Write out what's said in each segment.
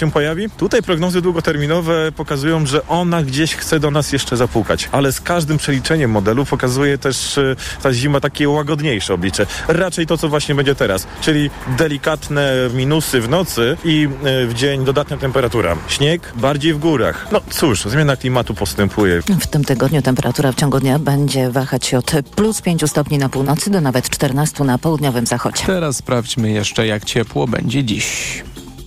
się pojawi? Tutaj prognozy długoterminowe pokazują, że ona gdzieś chce do nas jeszcze zapukać, ale z każdym przeliczeniem modelu pokazuje też ta zima takie łagodniejsze oblicze. Raczej to, co właśnie będzie teraz, czyli delikatne minusy w nocy i w dzień dodatnia temperatura. Śnieg bardziej w górach. No cóż, zmiana klimatu postępuje. W tym tygodniu temperatura w ciągu dnia będzie wahać się od plus 5 stopni na północy do nawet 14 na południowym zachodzie. Teraz sprawdźmy jeszcze, jak ciepło będzie dziś.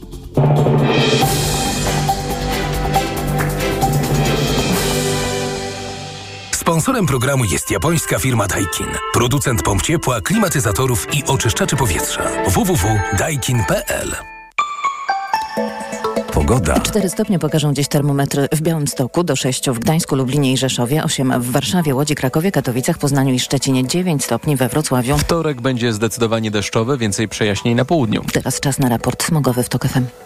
Sponsorem programu jest japońska firma Daikin. Producent pomp ciepła, klimatyzatorów i oczyszczaczy powietrza. www.daikin.pl. Pogoda. 4 stopnie pokażą dziś termometry w Białymstoku, do 6 w Gdańsku, Lublinie i Rzeszowie, 8 w Warszawie, Łodzi, Krakowie, Katowicach, Poznaniu i Szczecinie, 9 stopni we Wrocławiu. Wtorek będzie zdecydowanie deszczowy, więcej przejaśnień na południu. Teraz czas na raport smogowy w TOK FM.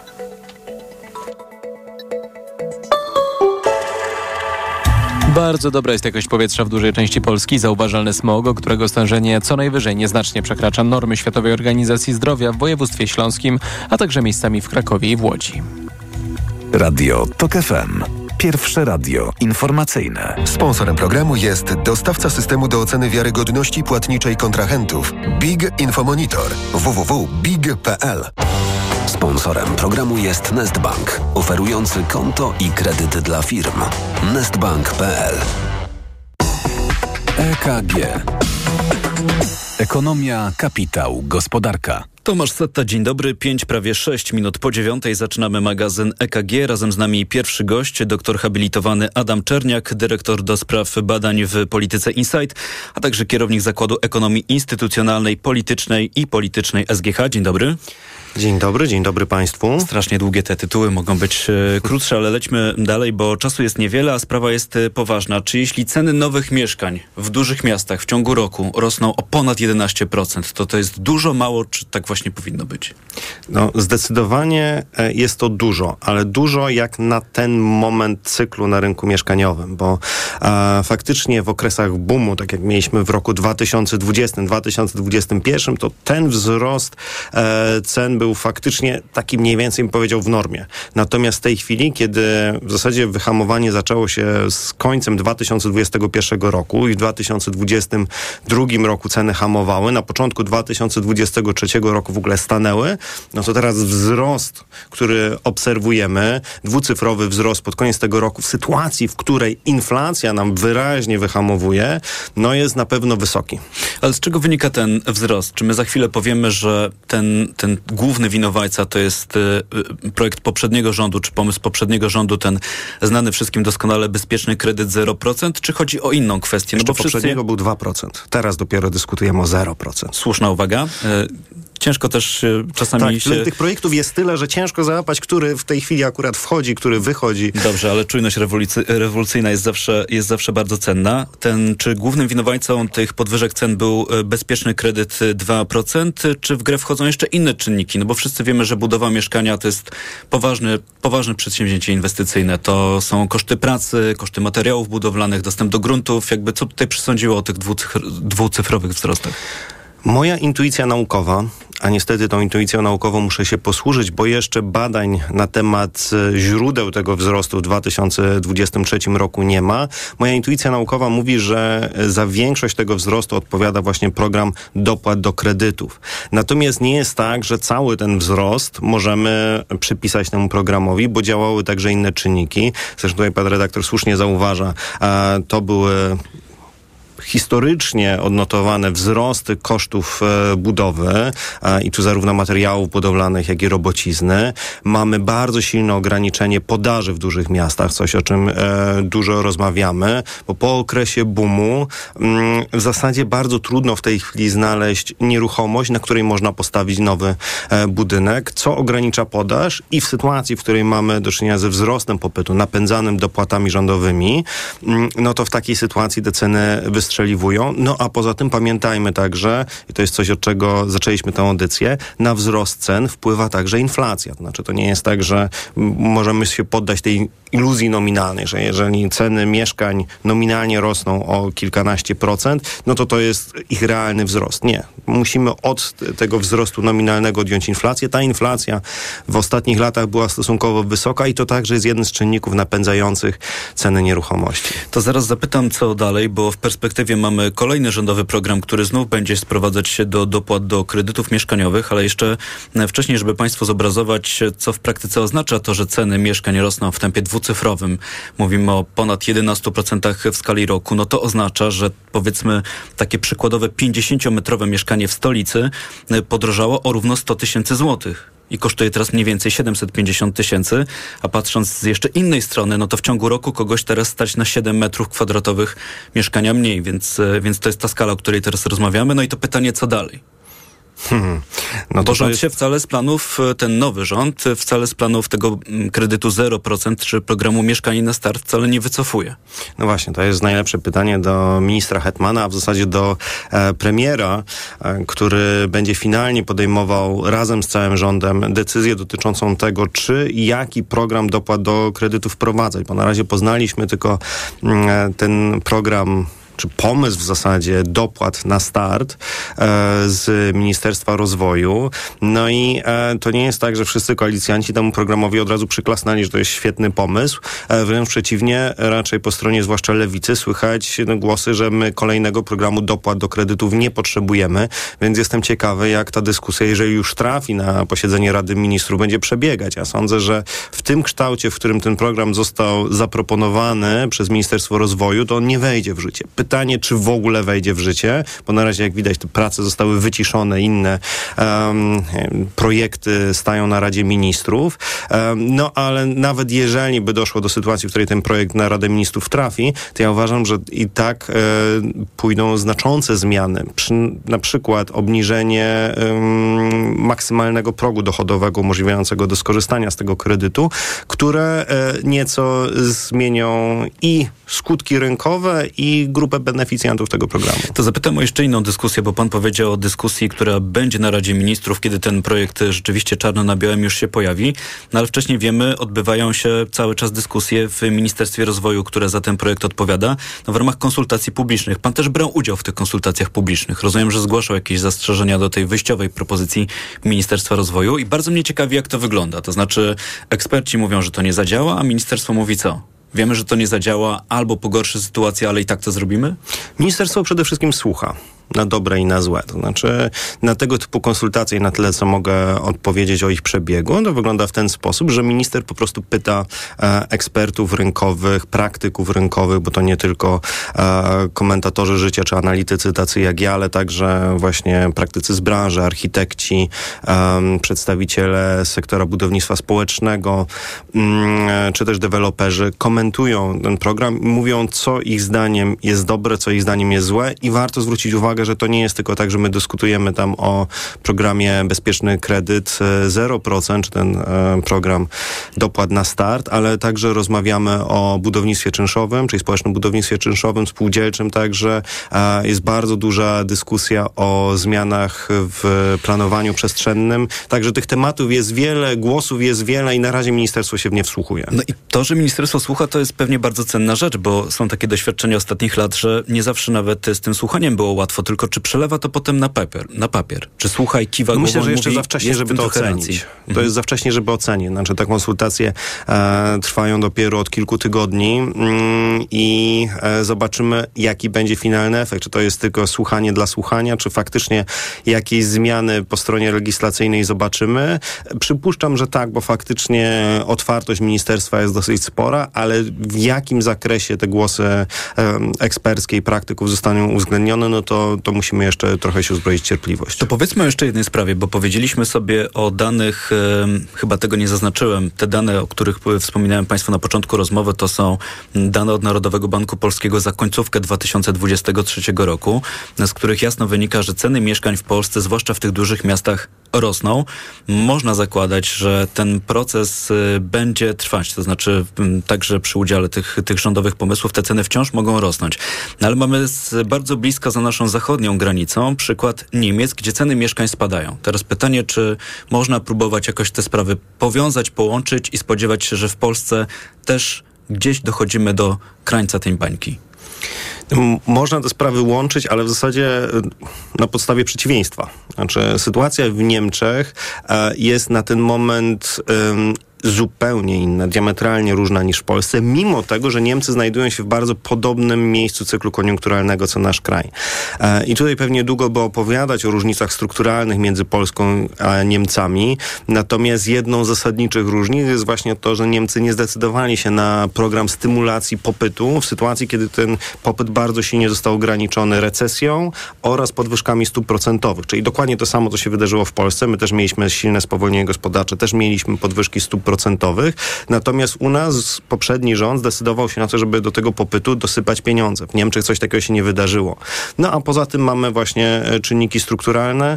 Bardzo dobra jest jakość powietrza w dużej części Polski. Zauważalny smog, którego stężenie co najwyżej nieznacznie przekracza normy Światowej Organizacji Zdrowia w województwie śląskim, a także miejscami w Krakowie i w Łodzi. Radio TOK FM. Pierwsze radio informacyjne. Sponsorem programu jest dostawca systemu do oceny wiarygodności płatniczej kontrahentów Big Infomonitor www.big.pl. Sponsorem programu jest Nestbank, oferujący konto i kredyt dla firm. Nestbank.pl. EKG. Ekonomia, kapitał, gospodarka. Tomasz Setta, dzień dobry. prawie 6 minut po 9 zaczynamy magazyn EKG. Razem z nami pierwszy gość, doktor habilitowany Adam Czerniak, dyrektor do spraw badań w Polityce Insight, a także kierownik Zakładu Ekonomii Instytucjonalnej, Politycznej i Politycznej SGH. Dzień dobry. Dzień dobry Państwu. Strasznie długie te tytuły, mogą być krótsze, ale lećmy dalej, bo czasu jest niewiele, a sprawa jest poważna. Czy jeśli ceny nowych mieszkań w dużych miastach w ciągu roku rosną o ponad 11%, to jest dużo, mało, czy tak właśnie powinno być? No, zdecydowanie jest to dużo, ale dużo jak na ten moment cyklu na rynku mieszkaniowym, bo faktycznie w okresach boomu, tak jak mieliśmy w roku 2020-2021, to ten wzrost cen był faktycznie taki mniej więcej, bym powiedział, w normie. Natomiast w tej chwili, kiedy w zasadzie wyhamowanie zaczęło się z końcem 2021 roku i w 2022 roku ceny hamowały, na początku 2023 roku w ogóle stanęły, no to teraz wzrost, który obserwujemy, dwucyfrowy wzrost pod koniec tego roku w sytuacji, w której inflacja nam wyraźnie wyhamowuje, no jest na pewno wysoki. Ale z czego wynika ten wzrost? Czy my za chwilę powiemy, że ten główny winowajca to jest projekt poprzedniego rządu, czy pomysł poprzedniego rządu, ten znany wszystkim doskonale bezpieczny kredyt 0%, czy chodzi o inną kwestię? No bo poprzedniego był 2%. Teraz dopiero dyskutujemy o 0%. Słuszna uwaga. Ciężko też czasami tych projektów jest tyle, że ciężko załapać, który w tej chwili akurat wchodzi, który wychodzi. Dobrze, ale czujność rewolucyjna jest zawsze bardzo cenna. Czy głównym winowajcą tych podwyżek cen był bezpieczny kredyt 2%, czy w grę wchodzą jeszcze inne czynniki? No bo wszyscy wiemy, że budowa mieszkania to jest poważne przedsięwzięcie inwestycyjne. To są koszty pracy, koszty materiałów budowlanych, dostęp do gruntów. Jakby co tutaj przesądziło o tych dwucyfrowych wzrostach? Moja intuicja naukowa, a niestety tą intuicją naukową muszę się posłużyć, bo jeszcze badań na temat źródeł tego wzrostu w 2023 roku nie ma. Moja intuicja naukowa mówi, że za większość tego wzrostu odpowiada właśnie program dopłat do kredytów. Natomiast nie jest tak, że cały ten wzrost możemy przypisać temu programowi, bo działały także inne czynniki. Zresztą tutaj pan redaktor słusznie zauważa, to były historycznie odnotowane wzrosty kosztów budowy i tu zarówno materiałów budowlanych, jak i robocizny. Mamy bardzo silne ograniczenie podaży w dużych miastach, coś o czym dużo rozmawiamy, bo po okresie boomu w zasadzie bardzo trudno w tej chwili znaleźć nieruchomość, na której można postawić nowy budynek, co ogranicza podaż i w sytuacji, w której mamy do czynienia ze wzrostem popytu napędzanym dopłatami rządowymi, no to w takiej sytuacji te ceny wystrzeliły. wystrzeliwują. No a poza tym pamiętajmy także, i to jest coś, od czego zaczęliśmy tę audycję, na wzrost cen wpływa także inflacja. To znaczy, to nie jest tak, że możemy się poddać tej iluzji nominalnej, że jeżeli ceny mieszkań nominalnie rosną o kilkanaście procent, no to jest ich realny wzrost. Nie. Musimy od tego wzrostu nominalnego odjąć inflację. Ta inflacja w ostatnich latach była stosunkowo wysoka i to także jest jeden z czynników napędzających ceny nieruchomości. To zaraz zapytam, co dalej, bo w perspektywie mamy kolejny rządowy program, który znów będzie sprowadzać się do dopłat do kredytów mieszkaniowych, ale jeszcze wcześniej, żeby Państwu zobrazować, co w praktyce oznacza to, że ceny mieszkań rosną w tempie dwucyfrowym. Mówimy o ponad 11% w skali roku. No to oznacza, że powiedzmy takie przykładowe 50-metrowe mieszkanie w stolicy podrożało o równo 100 000 złotych. I kosztuje teraz mniej więcej 750 000, a patrząc z jeszcze innej strony, no to w ciągu roku kogoś teraz stać na 7 metrów kwadratowych mieszkania mniej, więc to jest ta skala, o której teraz rozmawiamy. No i to pytanie, co dalej? No bo rząd się wcale z planów, ten nowy rząd, wcale z planów tego kredytu 0% czy programu Mieszkanie na Start wcale nie wycofuje. No właśnie, to jest najlepsze pytanie do ministra Hetmana, a w zasadzie do premiera, który będzie finalnie podejmował razem z całym rządem decyzję dotyczącą tego, czy i jaki program dopłat do kredytu wprowadzać, bo na razie poznaliśmy tylko ten program, czy pomysł w zasadzie dopłat na start z Ministerstwa Rozwoju. No i to nie jest tak, że wszyscy koalicjanci temu programowi od razu przyklasnęli, że to jest świetny pomysł. Wręcz przeciwnie, raczej po stronie zwłaszcza lewicy słychać głosy, że my kolejnego programu dopłat do kredytów nie potrzebujemy, więc jestem ciekawy, jak ta dyskusja, jeżeli już trafi na posiedzenie Rady Ministrów, będzie przebiegać. Ja sądzę, że w tym kształcie, w którym ten program został zaproponowany przez Ministerstwo Rozwoju, to on nie wejdzie w życie. Pytanie, czy w ogóle wejdzie w życie, bo na razie, jak widać, te prace zostały wyciszone, inne projekty stają na Radzie Ministrów. No ale nawet jeżeli by doszło do sytuacji, w której ten projekt na Radę Ministrów trafi, to ja uważam, że i tak pójdą znaczące zmiany. Na przykład obniżenie maksymalnego progu dochodowego umożliwiającego do skorzystania z tego kredytu, które nieco zmienią i skutki rynkowe, i grupę beneficjentów tego programu. To zapytam o jeszcze inną dyskusję, bo pan powiedział o dyskusji, która będzie na Radzie Ministrów, kiedy ten projekt rzeczywiście czarno na białym już się pojawi. No ale wcześniej wiemy, odbywają się cały czas dyskusje w Ministerstwie Rozwoju, które za ten projekt odpowiada, no w ramach konsultacji publicznych. Pan też brał udział w tych konsultacjach publicznych. Rozumiem, że zgłaszał jakieś zastrzeżenia do tej wyjściowej propozycji Ministerstwa Rozwoju i bardzo mnie ciekawi, jak to wygląda. To znaczy, eksperci mówią, że to nie zadziała, a ministerstwo mówi co? Wiemy, że to nie zadziała, albo pogorszy sytuację, ale i tak to zrobimy? Ministerstwo przede wszystkim słucha. Na dobre i na złe. To znaczy, na tego typu konsultacje i na tyle, co mogę odpowiedzieć o ich przebiegu, to wygląda w ten sposób, że minister po prostu pyta ekspertów rynkowych, praktyków rynkowych, bo to nie tylko komentatorzy życia czy analitycy tacy jak ja, ale także właśnie praktycy z branży, architekci, przedstawiciele sektora budownictwa społecznego, czy też deweloperzy komentują ten program i mówią, co ich zdaniem jest dobre, co ich zdaniem jest złe i warto zwrócić uwagę, że to nie jest tylko tak, że my dyskutujemy tam o programie Bezpieczny Kredyt 0%, czy ten program dopłat na start, ale także rozmawiamy o budownictwie czynszowym, czyli społecznym budownictwie czynszowym, spółdzielczym także. Jest bardzo duża dyskusja o zmianach w planowaniu przestrzennym. Także tych tematów jest wiele, głosów jest wiele i na razie ministerstwo się w nie wsłuchuje. No i to, że ministerstwo słucha, to jest pewnie bardzo cenna rzecz, bo są takie doświadczenia ostatnich lat, że nie zawsze nawet z tym słuchaniem było łatwo, tylko czy przelewa to potem na papier? Czy słucha i kiwa głową, myślę, że jeszcze mówi, za wcześnie, żeby to ocenić. To jest za wcześnie, żeby ocenić. Znaczy te konsultacje trwają dopiero od kilku tygodni i zobaczymy, jaki będzie finalny efekt. Czy to jest tylko słuchanie dla słuchania, czy faktycznie jakieś zmiany po stronie legislacyjnej zobaczymy. Przypuszczam, że tak, bo faktycznie otwartość ministerstwa jest dosyć spora, ale w jakim zakresie te głosy eksperckie i praktyków zostaną uwzględnione, no to musimy jeszcze trochę się uzbroić cierpliwość. To powiedzmy o jeszcze jednej sprawie, bo powiedzieliśmy sobie o danych, chyba tego nie zaznaczyłem, te dane, o których wspominałem Państwu na początku rozmowy, to są dane od Narodowego Banku Polskiego za końcówkę 2023 roku, z których jasno wynika, że ceny mieszkań w Polsce, zwłaszcza w tych dużych miastach, rosną. Można zakładać, że ten proces będzie trwać, to znaczy także przy udziale tych rządowych pomysłów te ceny wciąż mogą rosnąć. No ale mamy bardzo blisko za naszą zachodnią granicą przykład Niemiec, gdzie ceny mieszkań spadają. Teraz pytanie, czy można próbować jakoś te sprawy powiązać, połączyć i spodziewać się, że w Polsce też gdzieś dochodzimy do krańca tej bańki? Można te sprawy łączyć, ale w zasadzie na podstawie przeciwieństwa. Znaczy, sytuacja w Niemczech jest na ten moment zupełnie inna, diametralnie różna niż w Polsce, mimo tego, że Niemcy znajdują się w bardzo podobnym miejscu cyklu koniunkturalnego co nasz kraj. I tutaj pewnie długo by opowiadać o różnicach strukturalnych między Polską a Niemcami, natomiast jedną z zasadniczych różnic jest właśnie to, że Niemcy nie zdecydowali się na program stymulacji popytu w sytuacji, kiedy ten popyt bardzo silnie został ograniczony recesją oraz podwyżkami stóp procentowych, czyli dokładnie to samo, co się wydarzyło w Polsce. My też mieliśmy silne spowolnienie gospodarcze, też mieliśmy podwyżki stóp procentowych, natomiast u nas poprzedni rząd zdecydował się na to, żeby do tego popytu dosypać pieniądze. W Niemczech coś takiego się nie wydarzyło. No a poza tym mamy właśnie czynniki strukturalne,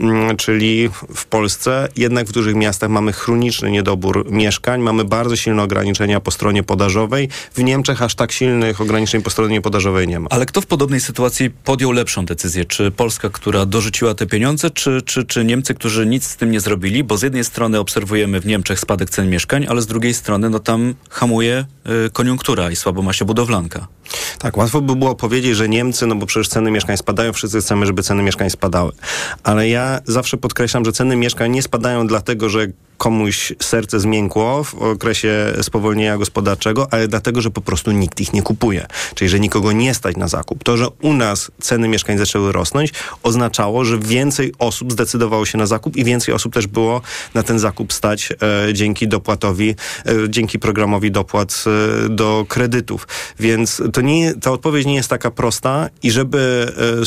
czyli w Polsce jednak w dużych miastach mamy chroniczny niedobór mieszkań, mamy bardzo silne ograniczenia po stronie podażowej. W Niemczech aż tak silnych ograniczeń po stronie podażowej nie ma. Ale kto w podobnej sytuacji podjął lepszą decyzję? Czy Polska, która dorzuciła te pieniądze, czy Niemcy, którzy nic z tym nie zrobili? Bo z jednej strony obserwujemy w Niemczech spadek cen mieszkań, ale z drugiej strony no tam hamuje koniunktura i słabo ma się budowlanka. Tak, łatwo by było powiedzieć, że Niemcy, no bo przecież ceny mieszkań spadają, wszyscy chcemy, żeby ceny mieszkań spadały. Ale ja zawsze podkreślam, że ceny mieszkań nie spadają dlatego, że komuś serce zmiękło w okresie spowolnienia gospodarczego, ale dlatego, że po prostu nikt ich nie kupuje. Czyli, że nikogo nie stać na zakup. To, że u nas ceny mieszkań zaczęły rosnąć, oznaczało, że więcej osób zdecydowało się na zakup i więcej osób też było na ten zakup stać dzięki dopłatowi, dzięki programowi dopłat do kredytów. Więc ta odpowiedź nie jest taka prosta i żeby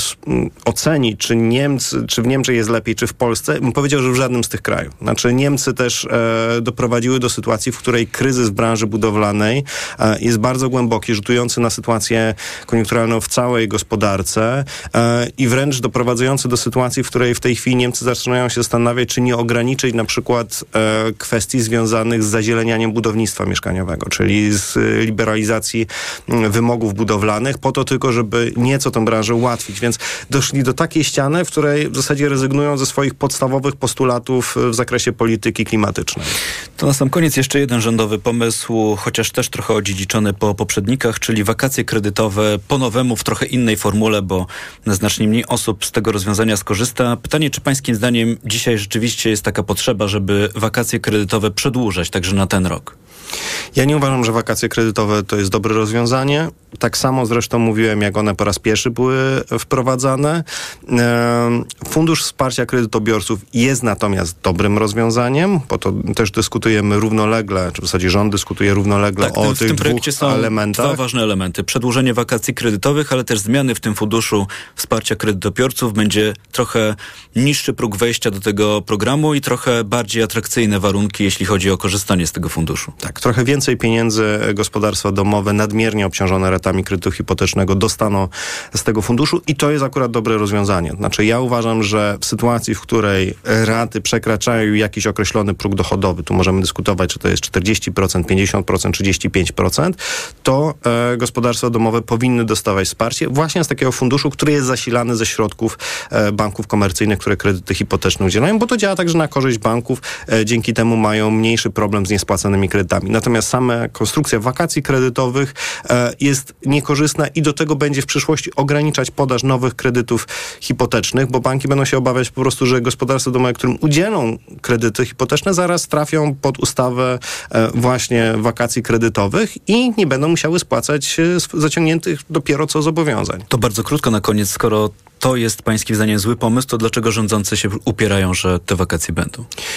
ocenić, czy w Niemczech jest lepiej, czy w Polsce, bym powiedział, że w żadnym z tych krajów. Znaczy Niemcy też doprowadziły do sytuacji, w której kryzys w branży budowlanej jest bardzo głęboki, rzutujący na sytuację koniunkturalną w całej gospodarce i wręcz doprowadzający do sytuacji, w której w tej chwili Niemcy zaczynają się zastanawiać, czy nie ograniczyć na przykład kwestii związanych z zazielenianiem budownictwa mieszkaniowego, czyli z liberalizacji wymogów budowlanych, po to tylko, żeby nieco tę branżę ułatwić. Więc doszli do takiej ściany, w której w zasadzie rezygnują ze swoich podstawowych postulatów w zakresie polityki klimatycznej. To na sam koniec jeszcze jeden rządowy pomysł, chociaż też trochę odziedziczony po poprzednikach, czyli wakacje kredytowe po nowemu w trochę innej formule, bo znacznie mniej osób z tego rozwiązania skorzysta. Pytanie, czy pańskim zdaniem dzisiaj rzeczywiście jest taka potrzeba, żeby wakacje kredytowe przedłużać także na ten rok? Ja nie uważam, że wakacje kredytowe to jest dobre rozwiązanie. Tak samo zresztą mówiłem, jak one po raz pierwszy były wprowadzane. Fundusz Wsparcia Kredytobiorców jest natomiast dobrym rozwiązaniem, bo to też dyskutujemy równolegle, czy w zasadzie rząd dyskutuje równolegle o tych dwóch elementach. Dwa ważne elementy. Przedłużenie wakacji kredytowych, ale też zmiany w tym Funduszu Wsparcia Kredytobiorców. Będzie trochę niższy próg wejścia do tego programu i trochę bardziej atrakcyjne warunki, jeśli chodzi o korzystanie z tego funduszu. Tak, trochę więcej pieniędzy gospodarstwa domowe nadmiernie obciążone ratami kredytu hipotecznego dostaną z tego funduszu i to jest akurat dobre rozwiązanie. Znaczy ja uważam, że w sytuacji, w której raty przekraczają jakiś określony próg dochodowy, tu możemy dyskutować, czy to jest 40%, 50%, 35%, to gospodarstwa domowe powinny dostawać wsparcie właśnie z takiego funduszu, który jest zasilany ze środków banków komercyjnych, które kredyty hipoteczne udzielają, bo to działa także na korzyść banków. Dzięki temu mają mniejszy problem z niespłacanymi kredytami. Natomiast sama konstrukcja wakacji kredytowych jest niekorzystna i do tego będzie w przyszłości ograniczać podaż nowych kredytów hipotecznych, bo banki będą się obawiać po prostu, że gospodarstwa domowe, którym udzielą kredyty hipoteczne, zaraz trafią pod ustawę właśnie wakacji kredytowych i nie będą musiały spłacać zaciągniętych dopiero co zobowiązań. To bardzo krótko na koniec, skoro to jest pańskim zdaniem zły pomysł, to dlaczego rządzący się upierają, że te wakacje będą?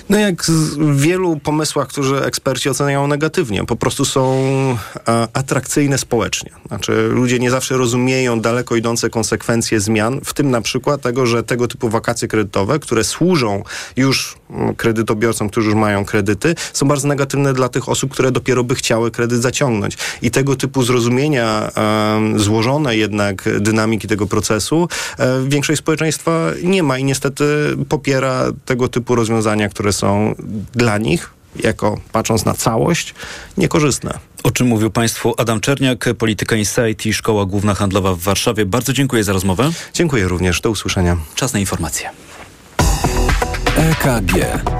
No jak w wielu pomysłach, które eksperci oceniają negatywnie, po prostu są atrakcyjne społecznie. Znaczy ludzie nie zawsze rozumieją daleko idące konsekwencje zmian, w tym na przykład tego, że tego typu wakacje kredytowe, które służą już kredytobiorcom, którzy już mają kredyty, są bardzo negatywne dla tych osób, które dopiero by chciały kredyt zaciągnąć. I tego typu zrozumienia, złożone jednak dynamiki tego procesu, większość społeczeństwa nie ma i niestety popiera tego typu rozwiązania, które są dla nich, patrząc na całość, niekorzystne. O czym mówił Państwu Adam Czerniak, Polityka Insight i Szkoła Główna Handlowa w Warszawie. Bardzo dziękuję za rozmowę. Dziękuję również. Do usłyszenia. Czas na informacje. EKG.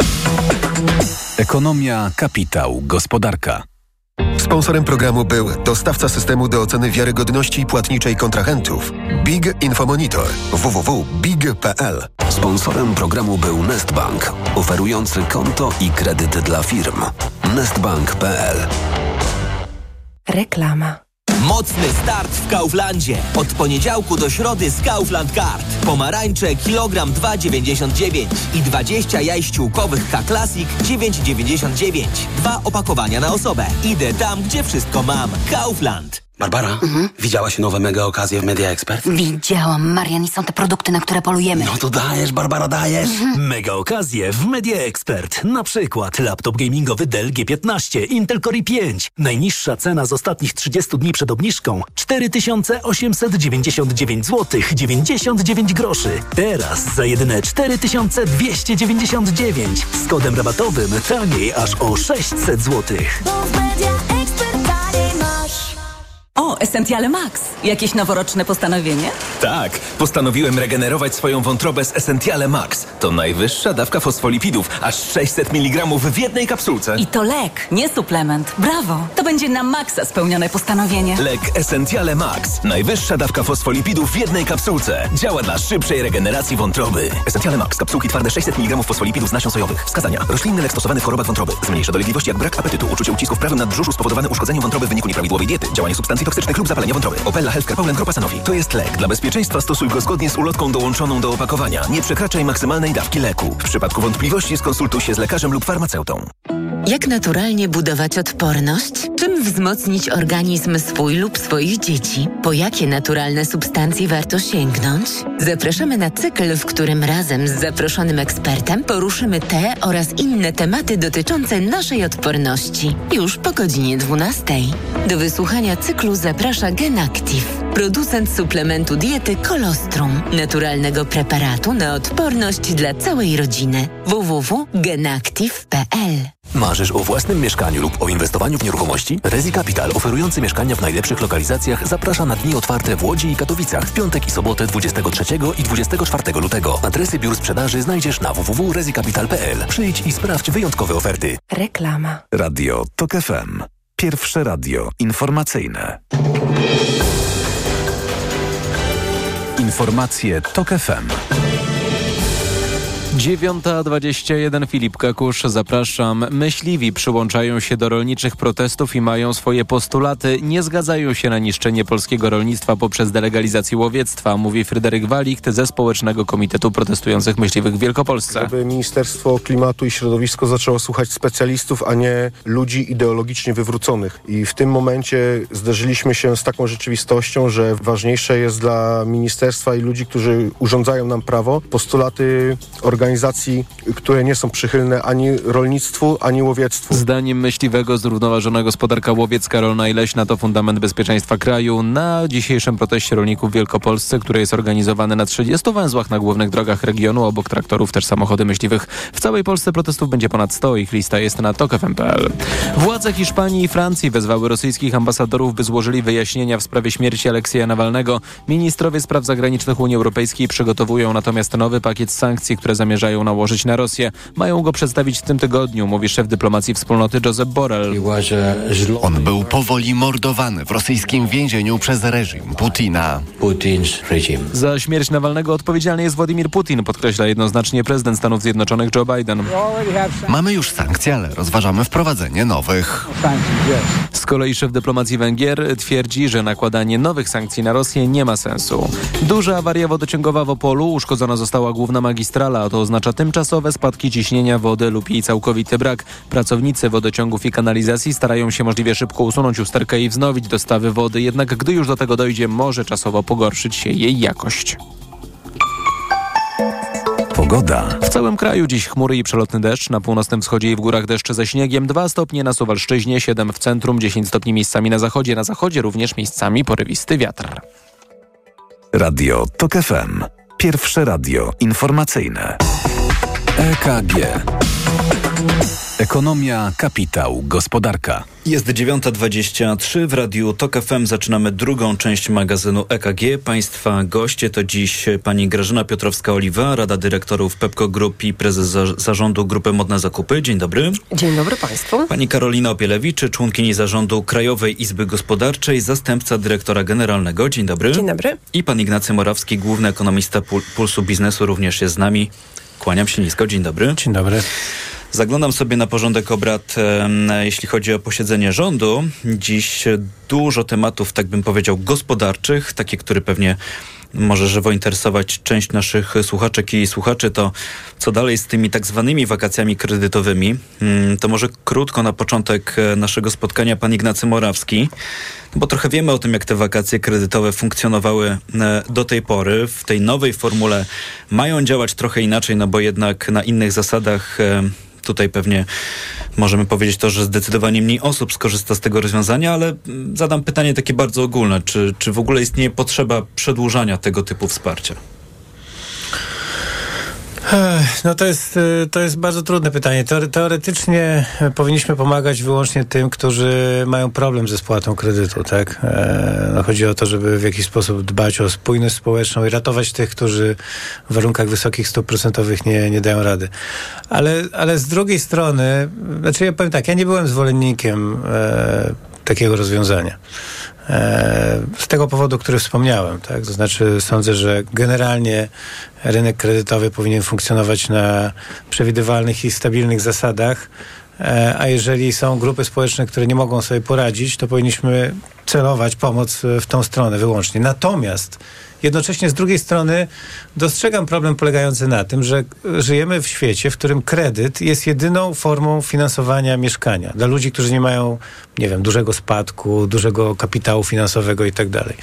Ekonomia, kapitał, gospodarka. Sponsorem programu był dostawca systemu do oceny wiarygodności płatniczej kontrahentów Big Infomonitor www.big.pl. Sponsorem programu był Nestbank, oferujący konto i kredyty dla firm. Nestbank.pl. Reklama. Mocny start w Kauflandzie. Od poniedziałku do środy z Kaufland Card. Pomarańcze kilogram 2,99 i 20 jaj ściółkowych K-Classic 9,99. 2 opakowania na osobę. Idę tam, gdzie wszystko mam. Kaufland. Barbara, widziałaś nowe mega okazje w Media Expert? Widziałam, Marian, i są te produkty, na które polujemy. No to dajesz, Barbara, dajesz. Mega okazje w Media Expert. Na przykład laptop gamingowy Dell G15, Intel Core i5. Najniższa cena z ostatnich 30 dni przed obniżką 4899 zł 99 groszy. Teraz za jedyne 4299. Z kodem rabatowym taniej aż o 600 zł. O, Essentiale Max. Jakieś noworoczne postanowienie? Tak, postanowiłem regenerować swoją wątrobę z Essentiale Max. To najwyższa dawka fosfolipidów, aż 600 mg w jednej kapsułce. I to lek, nie suplement. Brawo! To będzie na maksa spełnione postanowienie. Lek Essentiale Max. Najwyższa dawka fosfolipidów w jednej kapsułce. Działa dla szybszej regeneracji wątroby. Essentiale Max. Kapsułki twarde 600 mg fosfolipidów z nasion sojowych. Wskazania. Roślinny lek stosowany w chorobach wątroby. Zmniejsza dolegliwości jak brak apetytu, uczucie ucisku w prawym nadbrzuszu spowodowane uszkodzeniem wątroby w wyniku nieprawidłowej diety, działanie substancji toksycznych lub zapalenie wątroby. Opella Healthcare Paulen Grupa Sanofi. To jest lek. Dla bezpieczeństwa stosuj go zgodnie z ulotką dołączoną do opakowania. Nie przekraczaj maksymalnej dawki leku. W przypadku wątpliwości skonsultuj się z lekarzem lub farmaceutą. Jak naturalnie budować odporność? Czym wzmocnić organizm swój lub swoich dzieci? Po jakie naturalne substancje warto sięgnąć? Zapraszamy na cykl, w którym razem z zaproszonym ekspertem poruszymy te oraz inne tematy dotyczące naszej odporności. Już po godzinie 12. Do wysłuchania cyklu zaprasza GenActive, producent suplementu diety Colostrum, naturalnego preparatu na odporność dla całej rodziny. www.genactive.pl. Marzysz o własnym mieszkaniu lub o inwestowaniu w nieruchomości? Rezi Capital, oferujący mieszkania w najlepszych lokalizacjach, zaprasza na dni otwarte w Łodzi i Katowicach w piątek i sobotę 23 i 24 lutego. Adresy biur sprzedaży znajdziesz na www.rezicapital.pl. Przyjdź i sprawdź wyjątkowe oferty. Reklama. Radio TOK FM. Pierwsze radio informacyjne. Informacje TOK FM. 9:21. Filip Kakusz, zapraszam. Myśliwi przyłączają się do rolniczych protestów i mają swoje postulaty. Nie zgadzają się na niszczenie polskiego rolnictwa poprzez delegalizację łowiectwa, mówi Fryderyk Walicht ze Społecznego Komitetu Protestujących Myśliwych w Wielkopolsce. Żeby Ministerstwo Klimatu i Środowisko zaczęło słuchać specjalistów, a nie ludzi ideologicznie wywróconych. I w tym momencie zderzyliśmy się z taką rzeczywistością, że ważniejsze jest dla ministerstwa i ludzi, którzy urządzają nam prawo, postulaty organizacji, które nie są przychylne ani rolnictwu, ani łowiectwu. Zdaniem myśliwego zrównoważona gospodarka łowiecka, rolna i leśna to fundament bezpieczeństwa kraju. Na dzisiejszym proteście rolników w Wielkopolsce, który jest organizowany na 30 węzłach na głównych drogach regionu, obok traktorów też samochody myśliwych. W całej Polsce protestów będzie ponad 100. Ich lista jest na tokfm.pl. Władze Hiszpanii i Francji wezwały rosyjskich ambasadorów, by złożyli wyjaśnienia w sprawie śmierci Aleksieja Nawalnego. Ministrowie spraw zagranicznych Unii Europejskiej przygotowują natomiast nowy pakiet sankcji, które zamierzają nałożyć na Rosję. Mają go przedstawić w tym tygodniu, mówi szef dyplomacji wspólnoty Josep Borrell. On był powoli mordowany w rosyjskim więzieniu przez reżim Putina. Za śmierć Nawalnego odpowiedzialny jest Władimir Putin, podkreśla jednoznacznie prezydent Stanów Zjednoczonych Joe Biden. Mamy już sankcje, ale rozważamy wprowadzenie nowych. kolei szef dyplomacji Węgier twierdzi, że nakładanie nowych sankcji na Rosję nie ma sensu. Duża awaria wodociągowa w Opolu, uszkodzona została główna magistrala, a to oznacza tymczasowe spadki ciśnienia wody lub jej całkowity brak. Pracownicy wodociągów i kanalizacji starają się możliwie szybko usunąć usterkę i wznowić dostawy wody, jednak gdy już do tego dojdzie, może czasowo pogorszyć się jej jakość. Pogoda. W całym kraju dziś chmury i przelotny deszcz. Na północnym wschodzie i w górach deszcze ze śniegiem. 2 stopnie na Suwalszczyźnie, 7 w centrum, 10 stopni miejscami na zachodzie. Na zachodzie również miejscami porywisty wiatr. Radio TOK FM. Pierwsze radio informacyjne. EKG. Ekonomia, kapitał, gospodarka. Jest 9:23 w Radiu TOK FM. Zaczynamy drugą część magazynu EKG. Państwa goście to dziś pani Grażyna Piotrowska-Oliwa, Rada Dyrektorów Pepco Group i prezes zarządu Grupy Modne Zakupy. Dzień dobry. Dzień dobry Państwu. Pani Karolina Opielewicz, członkini zarządu Krajowej Izby Gospodarczej, zastępca dyrektora generalnego. Dzień dobry. Dzień dobry. I pan Ignacy Morawski, główny ekonomista Pulsu Biznesu, również jest z nami. Kłaniam się nisko. Dzień dobry. Dzień dobry. Zaglądam sobie na porządek obrad, jeśli chodzi o posiedzenie rządu. Dziś dużo tematów, tak bym powiedział, gospodarczych, takie, które pewnie może żywo interesować część naszych słuchaczek i słuchaczy, to co dalej z tymi tak zwanymi wakacjami kredytowymi. To może krótko na początek naszego spotkania pan Ignacy Morawski, bo trochę wiemy o tym, jak te wakacje kredytowe funkcjonowały do tej pory. W tej nowej formule mają działać trochę inaczej, no bo jednak na innych zasadach. Tutaj pewnie możemy powiedzieć to, że zdecydowanie mniej osób skorzysta z tego rozwiązania, ale zadam pytanie takie bardzo ogólne. Czy w ogóle istnieje potrzeba przedłużania tego typu wsparcia? No to jest bardzo trudne pytanie. Teoretycznie powinniśmy pomagać wyłącznie tym, którzy mają problem ze spłatą kredytu, tak? Chodzi o to, żeby w jakiś sposób dbać o spójność społeczną i ratować tych, którzy w warunkach wysokich stóp procentowych nie dają rady. Ale z drugiej strony, znaczy ja powiem tak, ja nie byłem zwolennikiem takiego rozwiązania. Z tego powodu, który wspomniałem, tak? To znaczy sądzę, że generalnie rynek kredytowy powinien funkcjonować na przewidywalnych i stabilnych zasadach, a jeżeli są grupy społeczne, które nie mogą sobie poradzić, to powinniśmy celować pomoc w tą stronę wyłącznie. Natomiast jednocześnie z drugiej strony dostrzegam problem polegający na tym, że żyjemy w świecie, w którym kredyt jest jedyną formą finansowania mieszkania dla ludzi, którzy nie mają, nie wiem, dużego spadku, dużego kapitału finansowego i tak dalej.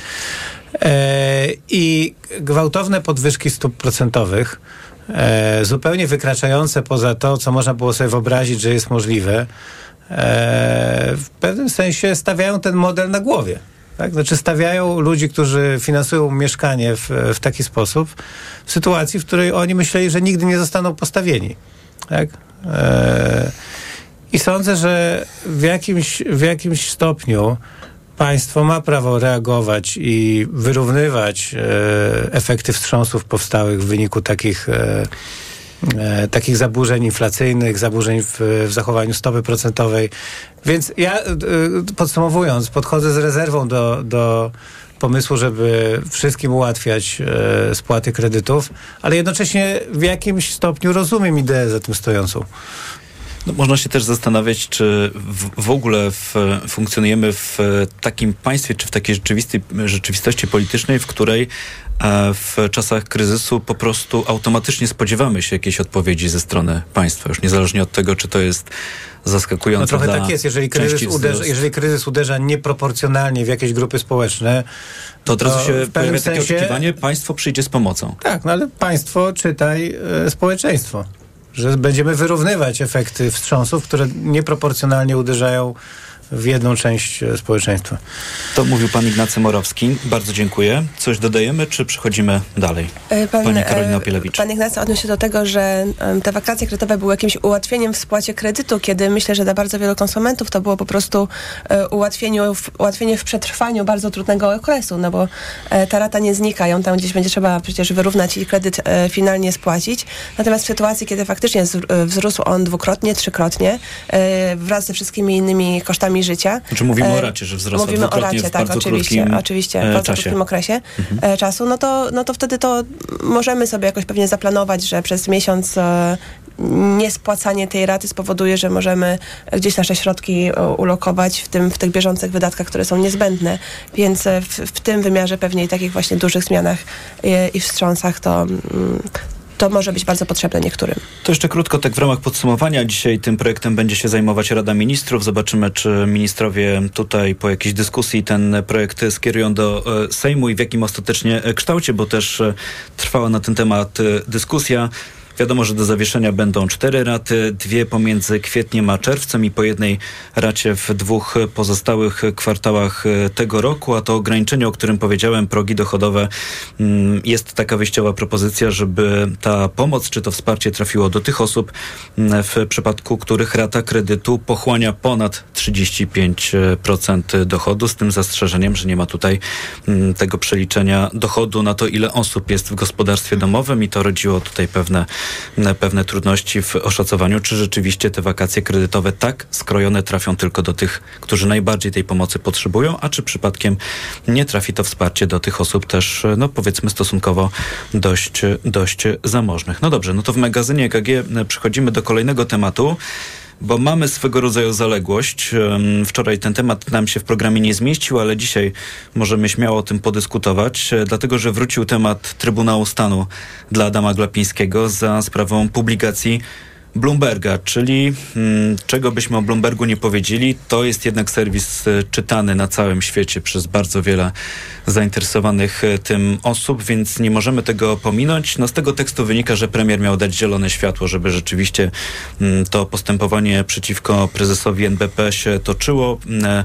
I gwałtowne podwyżki stóp procentowych, zupełnie wykraczające poza to, co można było sobie wyobrazić, że jest możliwe, w pewnym sensie stawiają ten model na głowie. Tak? Znaczy stawiają ludzi, którzy finansują mieszkanie w taki sposób, w sytuacji, w której oni myśleli, że nigdy nie zostaną postawieni. Tak? I sądzę, że w jakimś stopniu państwo ma prawo reagować i wyrównywać efekty wstrząsów powstałych w wyniku takich zaburzeń inflacyjnych, zaburzeń w zachowaniu stopy procentowej. Więc ja, podsumowując, podchodzę z rezerwą do pomysłu, żeby wszystkim ułatwiać spłaty kredytów, ale jednocześnie w jakimś stopniu rozumiem ideę za tym stojącą. No, można się też zastanawiać, czy w ogóle funkcjonujemy w takim państwie, czy w takiej rzeczywistości politycznej, w której w czasach kryzysu po prostu automatycznie spodziewamy się jakiejś odpowiedzi ze strony państwa, już niezależnie od tego, czy to jest zaskakujące. No trochę tak jest, jeżeli kryzys uderza nieproporcjonalnie w jakieś grupy społeczne, to od razu się pojawia takie oczekiwanie, państwo przyjdzie z pomocą. Tak, no ale państwo, czytaj społeczeństwo. Że będziemy wyrównywać efekty wstrząsów, które nieproporcjonalnie uderzają w jedną część społeczeństwa. To mówił pan Ignacy Morawski. Bardzo dziękuję. Coś dodajemy, czy przechodzimy dalej? Pani Karolina Opielewicz. Pan Ignacy odniósł się do tego, że te wakacje kredytowe były jakimś ułatwieniem w spłacie kredytu, kiedy myślę, że dla bardzo wielu konsumentów to było po prostu ułatwienie w przetrwaniu bardzo trudnego okresu, no bo ta rata nie znika, ją tam gdzieś będzie trzeba przecież wyrównać i kredyt finalnie spłacić. Natomiast w sytuacji, kiedy faktycznie wzrósł on dwukrotnie, trzykrotnie, wraz ze wszystkimi innymi kosztami życia. Znaczy mówimy o racie, że wzrosła mówimy dwukrotnie o racie, w bardzo oczywiście, w bardzo krótkim okresie czasu, no to wtedy to możemy sobie jakoś pewnie zaplanować, że przez miesiąc niespłacanie tej raty spowoduje, że możemy gdzieś nasze środki ulokować w tych bieżących wydatkach, które są niezbędne. Więc w tym wymiarze pewnie i takich właśnie dużych zmianach i wstrząsach to może być bardzo potrzebne niektórym. To jeszcze krótko, tak w ramach podsumowania. Dzisiaj tym projektem będzie się zajmować Rada Ministrów. Zobaczymy, czy ministrowie tutaj po jakiejś dyskusji ten projekt skierują do Sejmu i w jakim ostatecznie kształcie, bo też trwała na ten temat dyskusja. Wiadomo, że do zawieszenia będą 4 raty, 2 pomiędzy kwietniem a czerwcem i po jednej racie w 2 pozostałych kwartałach tego roku, a to ograniczenie, o którym powiedziałem, progi dochodowe, jest taka wyjściowa propozycja, żeby ta pomoc czy to wsparcie trafiło do tych osób, w przypadku których rata kredytu pochłania ponad 35% dochodu, z tym zastrzeżeniem, że nie ma tutaj tego przeliczenia dochodu na to, ile osób jest w gospodarstwie domowym i to rodziło tutaj pewne trudności w oszacowaniu, czy rzeczywiście te wakacje kredytowe tak skrojone trafią tylko do tych, którzy najbardziej tej pomocy potrzebują, a czy przypadkiem nie trafi to wsparcie do tych osób też, powiedzmy stosunkowo dość zamożnych. No dobrze, no to w magazynie EKG przechodzimy do kolejnego tematu, bo mamy swego rodzaju zaległość. Wczoraj ten temat nam się w programie nie zmieścił, ale dzisiaj możemy śmiało o tym podyskutować, dlatego że wrócił temat Trybunału Stanu dla Adama Glapińskiego za sprawą publikacji Bloomberga, czyli czego byśmy o Bloombergu nie powiedzieli, to jest jednak serwis czytany na całym świecie przez bardzo wiele zainteresowanych tym osób, więc nie możemy tego pominąć. No z tego tekstu wynika, że premier miał dać zielone światło, żeby rzeczywiście to postępowanie przeciwko prezesowi NBP się toczyło.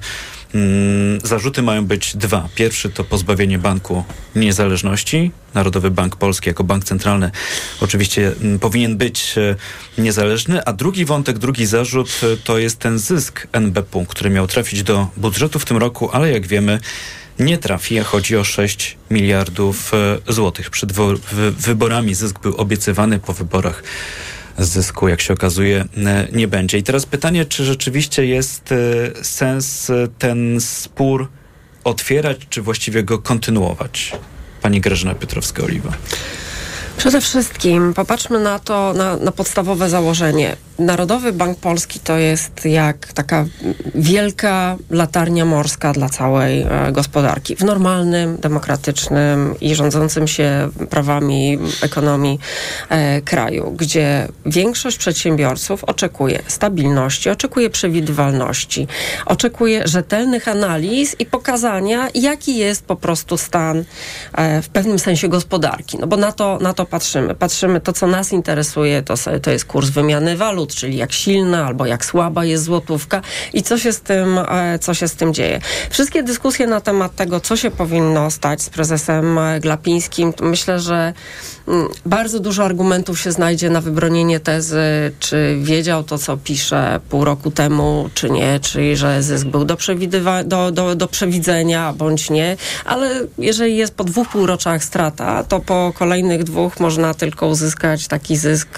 Zarzuty mają być 2. Pierwszy to pozbawienie banku niezależności. Narodowy Bank Polski jako bank centralny oczywiście powinien być niezależny, a drugi wątek, drugi zarzut to jest ten zysk NBP, który miał trafić do budżetu w tym roku, ale jak wiemy nie trafi, a chodzi o 6 miliardów złotych. Przed wyborami zysk był obiecywany, po wyborach zysku, jak się okazuje, nie będzie. I teraz pytanie, czy rzeczywiście jest sens ten spór otwierać, czy właściwie go kontynuować? Pani Grażyna Piotrowska-Oliwa. Przede wszystkim popatrzmy na to, na podstawowe założenie. Narodowy Bank Polski to jest jak taka wielka latarnia morska dla całej gospodarki. W normalnym, demokratycznym i rządzącym się prawami ekonomii kraju, gdzie większość przedsiębiorców oczekuje stabilności, oczekuje przewidywalności, oczekuje rzetelnych analiz i pokazania, jaki jest po prostu stan w pewnym sensie gospodarki. No bo na to patrzymy. To, co nas interesuje, to jest kurs wymiany walut, czyli jak silna albo jak słaba jest złotówka i co się z tym dzieje. Wszystkie dyskusje na temat tego, co się powinno stać z prezesem Glapińskim, myślę, że bardzo dużo argumentów się znajdzie na wybronienie tezy, czy wiedział to, co pisze pół roku temu, czy nie, czyli że zysk był do przewidzenia, bądź nie, ale jeżeli jest po 2 półroczach strata, to po kolejnych 2 można tylko uzyskać taki zysk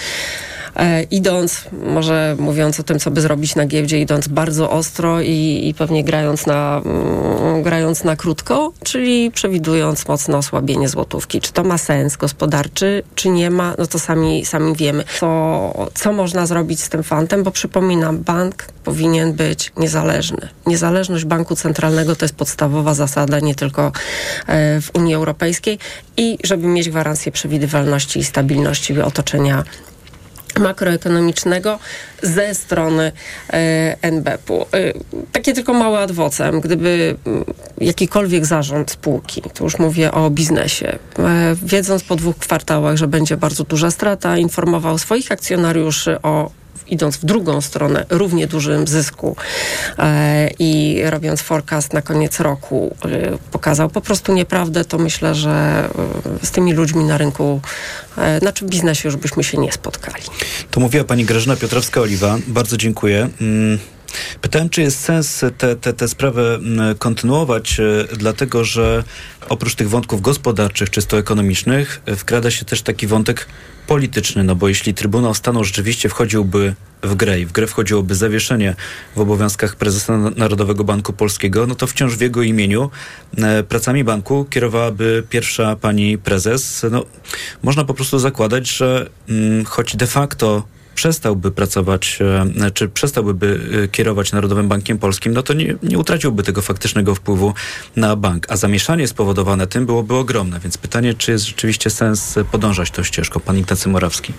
idąc, może mówiąc o tym, co by zrobić na giełdzie, idąc bardzo ostro i pewnie grając na krótko, czyli przewidując mocne osłabienie złotówki. Czy to ma sens gospodarczy, czy nie ma, no to sami wiemy. Co można zrobić z tym fantem, bo przypominam, bank powinien być niezależny. Niezależność banku centralnego to jest podstawowa zasada nie tylko w Unii Europejskiej i żeby mieć gwarancję przewidywalności i stabilności otoczenia makroekonomicznego ze strony NBP-u. Takie tylko małe ad vocem, gdyby jakikolwiek zarząd spółki, to już mówię o biznesie, wiedząc po 2 kwartałach, że będzie bardzo duża strata, informował swoich akcjonariuszy o, idąc w drugą stronę, równie dużym zysku i robiąc forecast na koniec roku pokazał po prostu nieprawdę, to myślę, że z tymi ludźmi na rynku, w biznesie już byśmy się nie spotkali. To mówiła pani Grażyna Piotrowska-Oliwa. Bardzo dziękuję. Pytałem, czy jest sens tę sprawę kontynuować, dlatego że oprócz tych wątków gospodarczych, czysto ekonomicznych, wkrada się też taki wątek polityczny, no bo jeśli Trybunał Stanu rzeczywiście wchodziłby w grę i w grę wchodziłoby zawieszenie w obowiązkach prezesa Narodowego Banku Polskiego, no to wciąż w jego imieniu pracami banku kierowałaby pierwsza pani prezes. No, można po prostu zakładać, że choć de facto przestałby pracować, czy przestałby kierować Narodowym Bankiem Polskim, no to nie utraciłby tego faktycznego wpływu na bank. A zamieszanie spowodowane tym byłoby ogromne. Więc pytanie, czy jest rzeczywiście sens podążać tą ścieżką? Pan Ignacy Morawski.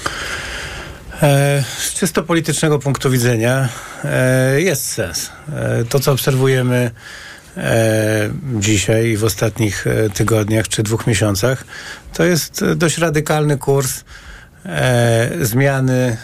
Z czysto politycznego punktu widzenia jest sens. To, co obserwujemy dzisiaj i w ostatnich tygodniach czy 2 miesiącach, to jest dość radykalny kurs zmiany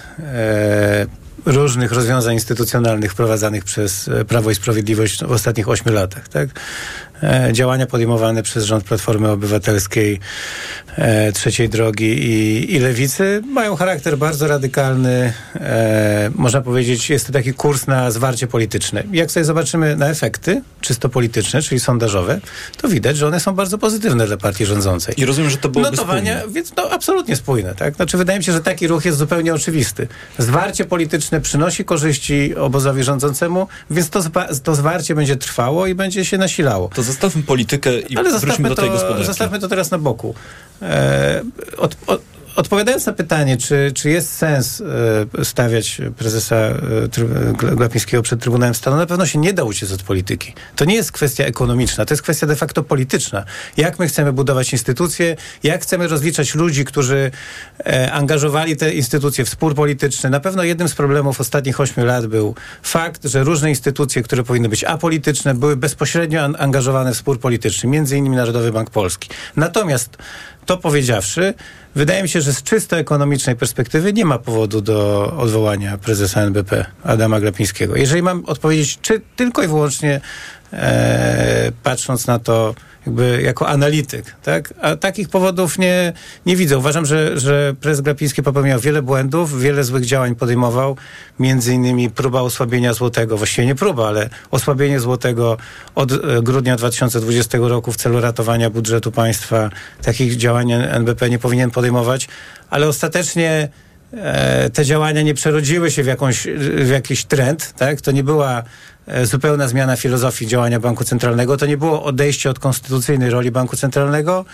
różnych rozwiązań instytucjonalnych wprowadzanych przez Prawo i Sprawiedliwość w ostatnich 8 latach. Tak? Działania podejmowane przez rząd Platformy Obywatelskiej, Trzeciej Drogi i Lewicy mają charakter bardzo radykalny. Można powiedzieć, jest to taki kurs na zwarcie polityczne. Jak sobie zobaczymy na efekty czysto polityczne, czyli sondażowe, to widać, że one są bardzo pozytywne dla partii rządzącej. I rozumiem, że to byłoby notowania, spójne. więc absolutnie spójne. Tak? Znaczy, wydaje mi się, że taki ruch jest zupełnie oczywisty. Zwarcie polityczne przynosi korzyści obozowi rządzącemu, więc to zwarcie będzie trwało i będzie się nasilało. To zostawmy politykę i wróćmy do tej gospodarki. Zostawmy to teraz na boku. Odpowiadając na pytanie, czy jest sens stawiać prezesa Glapińskiego przed Trybunałem Stanu, na pewno się nie da uciec od polityki. To nie jest kwestia ekonomiczna, to jest kwestia de facto polityczna. Jak my chcemy budować instytucje, jak chcemy rozliczać ludzi, którzy angażowali te instytucje w spór polityczny. Na pewno jednym z problemów ostatnich 8 lat był fakt, że różne instytucje, które powinny być apolityczne, były bezpośrednio angażowane w spór polityczny, między innymi Narodowy Bank Polski. Natomiast to powiedziawszy, wydaje mi się, że z czysto ekonomicznej perspektywy nie ma powodu do odwołania prezesa NBP Adama Glapińskiego. Jeżeli mam odpowiedzieć tylko i wyłącznie patrząc na to jakby jako analityk, tak? A takich powodów nie widzę. Uważam, że prezes Glapiński popełniał wiele błędów, wiele złych działań podejmował, między innymi próba osłabienia złotego, właściwie nie próba, ale osłabienie złotego od grudnia 2020 roku w celu ratowania budżetu państwa. Takich działań NBP nie powinien podejmować, ale ostatecznie te działania nie przerodziły się w jakiś trend, tak? To nie była zupełna zmiana filozofii działania Banku Centralnego, to nie było odejście od konstytucyjnej roli Banku Centralnego.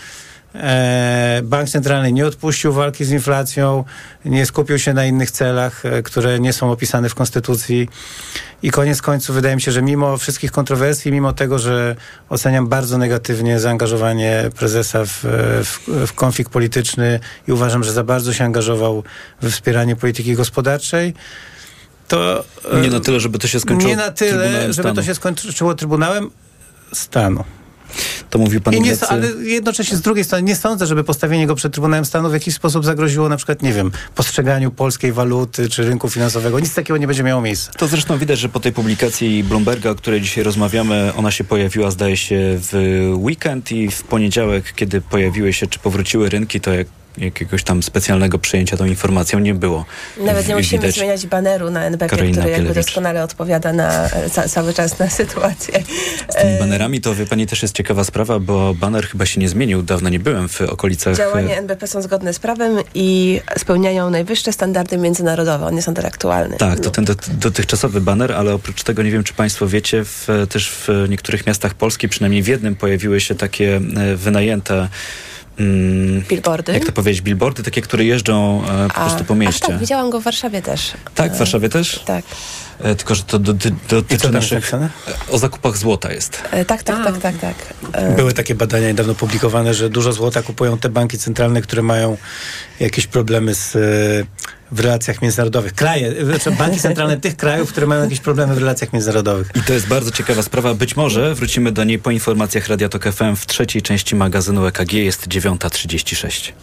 Bank Centralny nie odpuścił walki z inflacją, nie skupił się na innych celach, które nie są opisane w Konstytucji i koniec końców wydaje mi się, że mimo wszystkich kontrowersji, mimo tego, że oceniam bardzo negatywnie zaangażowanie prezesa w konflikt polityczny i uważam, że za bardzo się angażował we wspieranie polityki gospodarczej, to nie na tyle, żeby to się skończyło nie na tyle, żeby to się skończyło Trybunałem Stanu. To mówił pan Ignacy. Ale jednocześnie z drugiej strony nie sądzę, żeby postawienie go przed Trybunałem Stanu w jakiś sposób zagroziło na przykład, nie wiem, postrzeganiu polskiej waluty czy rynku finansowego. Nic takiego nie będzie miało miejsca. To zresztą widać, że po tej publikacji Bloomberga, o której dzisiaj rozmawiamy, ona się pojawiła, zdaje się, w weekend i w poniedziałek, kiedy pojawiły się, czy powróciły rynki, to jakiegoś tam specjalnego przejęcia tą informacją nie było. Nawet nie musimy zmieniać baneru na NBP, który jakby doskonale odpowiada na cały czas na sytuację. Z tymi banerami to, wie pani, też jest ciekawa sprawa, bo baner chyba się nie zmienił. Dawno nie byłem w okolicach... Działania NBP są zgodne z prawem i spełniają najwyższe standardy międzynarodowe. On jest nadal aktualny. Tak, to ten dotychczasowy baner, ale oprócz tego, nie wiem, czy państwo wiecie, też w niektórych miastach Polski, przynajmniej w jednym, pojawiły się takie wynajęte billboardy? Jak to powiedzieć? Billboardy, takie, które jeżdżą po prostu po mieście. Tak, widziałam go w Warszawie też. Tak, w Warszawie też? Tak. Tylko, że to dotyczy naszych... O zakupach złota jest. Tak. Były takie badania niedawno publikowane, że dużo złota kupują te banki centralne, które mają jakieś problemy w relacjach międzynarodowych. Banki centralne tych krajów, które mają jakieś problemy w relacjach międzynarodowych. I to jest bardzo ciekawa sprawa. Być może wrócimy do niej po informacjach Radia Tok FM w trzeciej części magazynu EKG. Jest 9:36.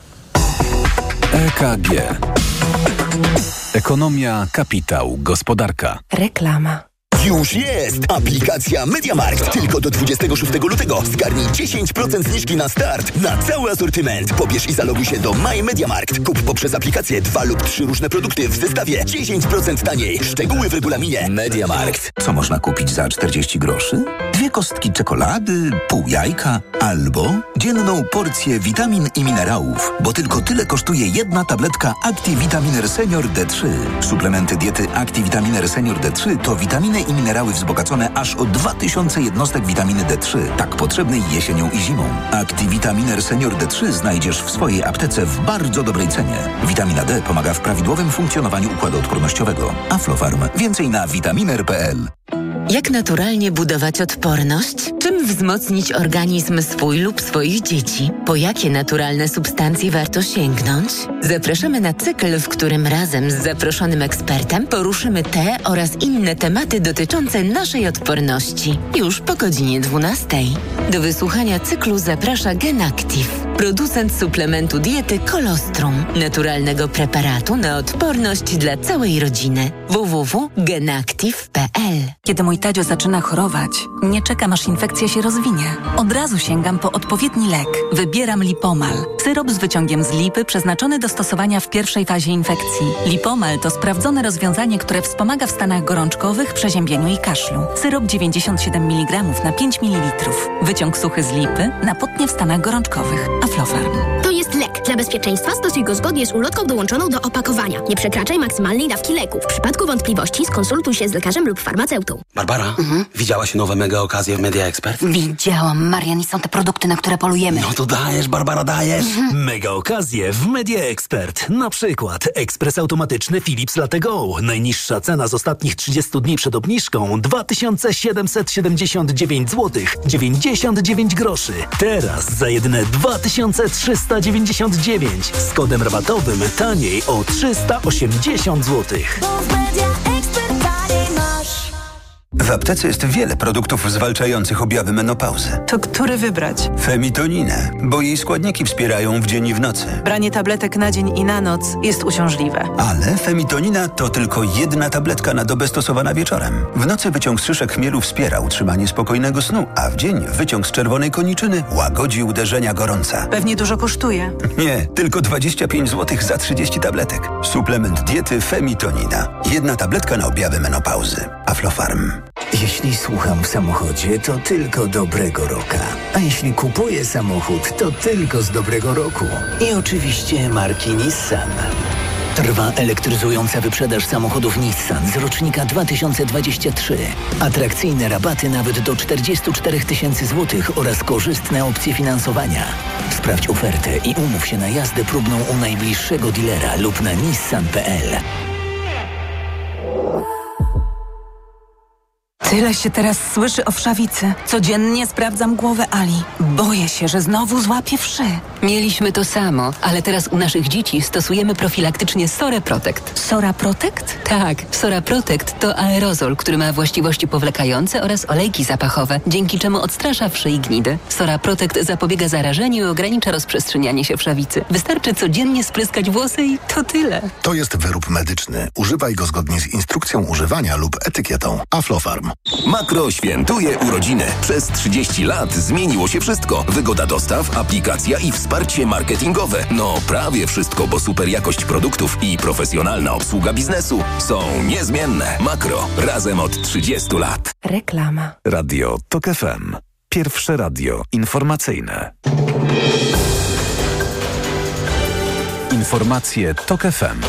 EKG. Ekonomia, kapitał, gospodarka. Reklama. Już jest! Aplikacja MediaMarkt. Tylko do 26 lutego zgarnij 10% zniżki na start na cały asortyment. Pobierz i zaloguj się do My MediaMarkt. Kup poprzez aplikację 2 lub 3 różne produkty w zestawie 10% taniej. Szczegóły w regulaminie. MediaMarkt. Co można kupić za 40 groszy? 2 kostki czekolady, pół jajka albo dzienną porcję witamin i minerałów, bo tylko tyle kosztuje jedna tabletka ActiVitaminer Senior D3. Suplementy diety ActiVitaminer Senior D3 to witaminy i minerały wzbogacone aż o 2000 jednostek witaminy D3, tak potrzebnej jesienią i zimą. ActiVitaminer Senior D3 znajdziesz w swojej aptece w bardzo dobrej cenie. Witamina D pomaga w prawidłowym funkcjonowaniu układu odpornościowego. Aflofarm. Więcej na vitaminer.pl. Jak naturalnie budować odporność? Czym wzmocnić organizm swój lub swoich dzieci? Po jakie naturalne substancje warto sięgnąć? Zapraszamy na cykl, w którym razem z zaproszonym ekspertem poruszymy te oraz inne tematy dotyczące naszej odporności. Już po godzinie 12. Do wysłuchania cyklu zaprasza GenActive, producent suplementu diety Colostrum, naturalnego preparatu na odporność dla całej rodziny. www.genactive.pl. Kiedy mój Tadzio zaczyna chorować, nie czekam aż infekcja się rozwinie. Od razu sięgam po odpowiedni lek. Wybieram Lipomal. Syrop z wyciągiem z lipy przeznaczony do stosowania w pierwszej fazie infekcji. Lipomal to sprawdzone rozwiązanie, które wspomaga w stanach gorączkowych, przeziębieniu i kaszlu. Syrop 97 mg na 5 ml. Wyciąg suchy z lipy na potnie w stanach gorączkowych. Aflofarm. To jest lek. Dla bezpieczeństwa stosuj go zgodnie z ulotką dołączoną do opakowania. Nie przekraczaj maksymalnej dawki leku. W przypadku wątpliwości skonsultuj się z lekarzem lub farmaceutą. Barbara, widziałaś nowe mega okazje w Media Expert? Widziałam, Marian, i są te produkty, na które polujemy. No to dajesz, Barbara, dajesz. Mega okazje w Media Expert. Na przykład ekspres automatyczny Philips Latte Go. Najniższa cena z ostatnich 30 dni przed obniżką 2779 zł 99 groszy. Teraz za jedyne 2399 z kodem rabatowym taniej o 380 zł. W aptece jest wiele produktów zwalczających objawy menopauzy. To który wybrać? Femitoninę, bo jej składniki wspierają w dzień i w nocy. Branie tabletek na dzień i na noc jest uciążliwe. Ale femitonina to tylko jedna tabletka na dobę stosowana wieczorem. W nocy wyciąg z szyszek chmielu wspiera utrzymanie spokojnego snu, a w dzień wyciąg z czerwonej koniczyny łagodzi uderzenia gorąca. Pewnie dużo kosztuje. Nie, tylko 25 zł za 30 tabletek. Suplement diety Femitonina. Jedna tabletka na objawy menopauzy. Aflofarm. Jeśli słucham w samochodzie, to tylko dobrego rocka. A jeśli kupuję samochód, to tylko z dobrego roku. I oczywiście marki Nissan. Trwa elektryzująca wyprzedaż samochodów Nissan z rocznika 2023. Atrakcyjne rabaty nawet do 44 000 złotych oraz korzystne opcje finansowania. Sprawdź ofertę i umów się na jazdę próbną u najbliższego dealera lub na nissan.pl. Tyle się teraz słyszy o wszawicy. Codziennie sprawdzam głowę Ali. Boję się, że znowu złapię wszy. Mieliśmy to samo, ale teraz u naszych dzieci stosujemy profilaktycznie Sora Protect. Sora Protect? Tak, Sora Protect to aerozol, który ma właściwości powlekające oraz olejki zapachowe, dzięki czemu odstrasza wszy i gnidy. Sora Protect zapobiega zarażeniu i ogranicza rozprzestrzenianie się wszawicy. Wystarczy codziennie spryskać włosy i to tyle. To jest wyrób medyczny. Używaj go zgodnie z instrukcją używania lub etykietą. Aflofarm. Makro świętuje urodziny. Przez 30 lat zmieniło się wszystko. Wygoda dostaw, aplikacja i wsparcie marketingowe. No prawie wszystko, bo super jakość produktów i profesjonalna obsługa biznesu są niezmienne. Makro. Razem od 30 lat. Reklama. Radio TOK FM. Pierwsze radio informacyjne. Informacje TOK FM.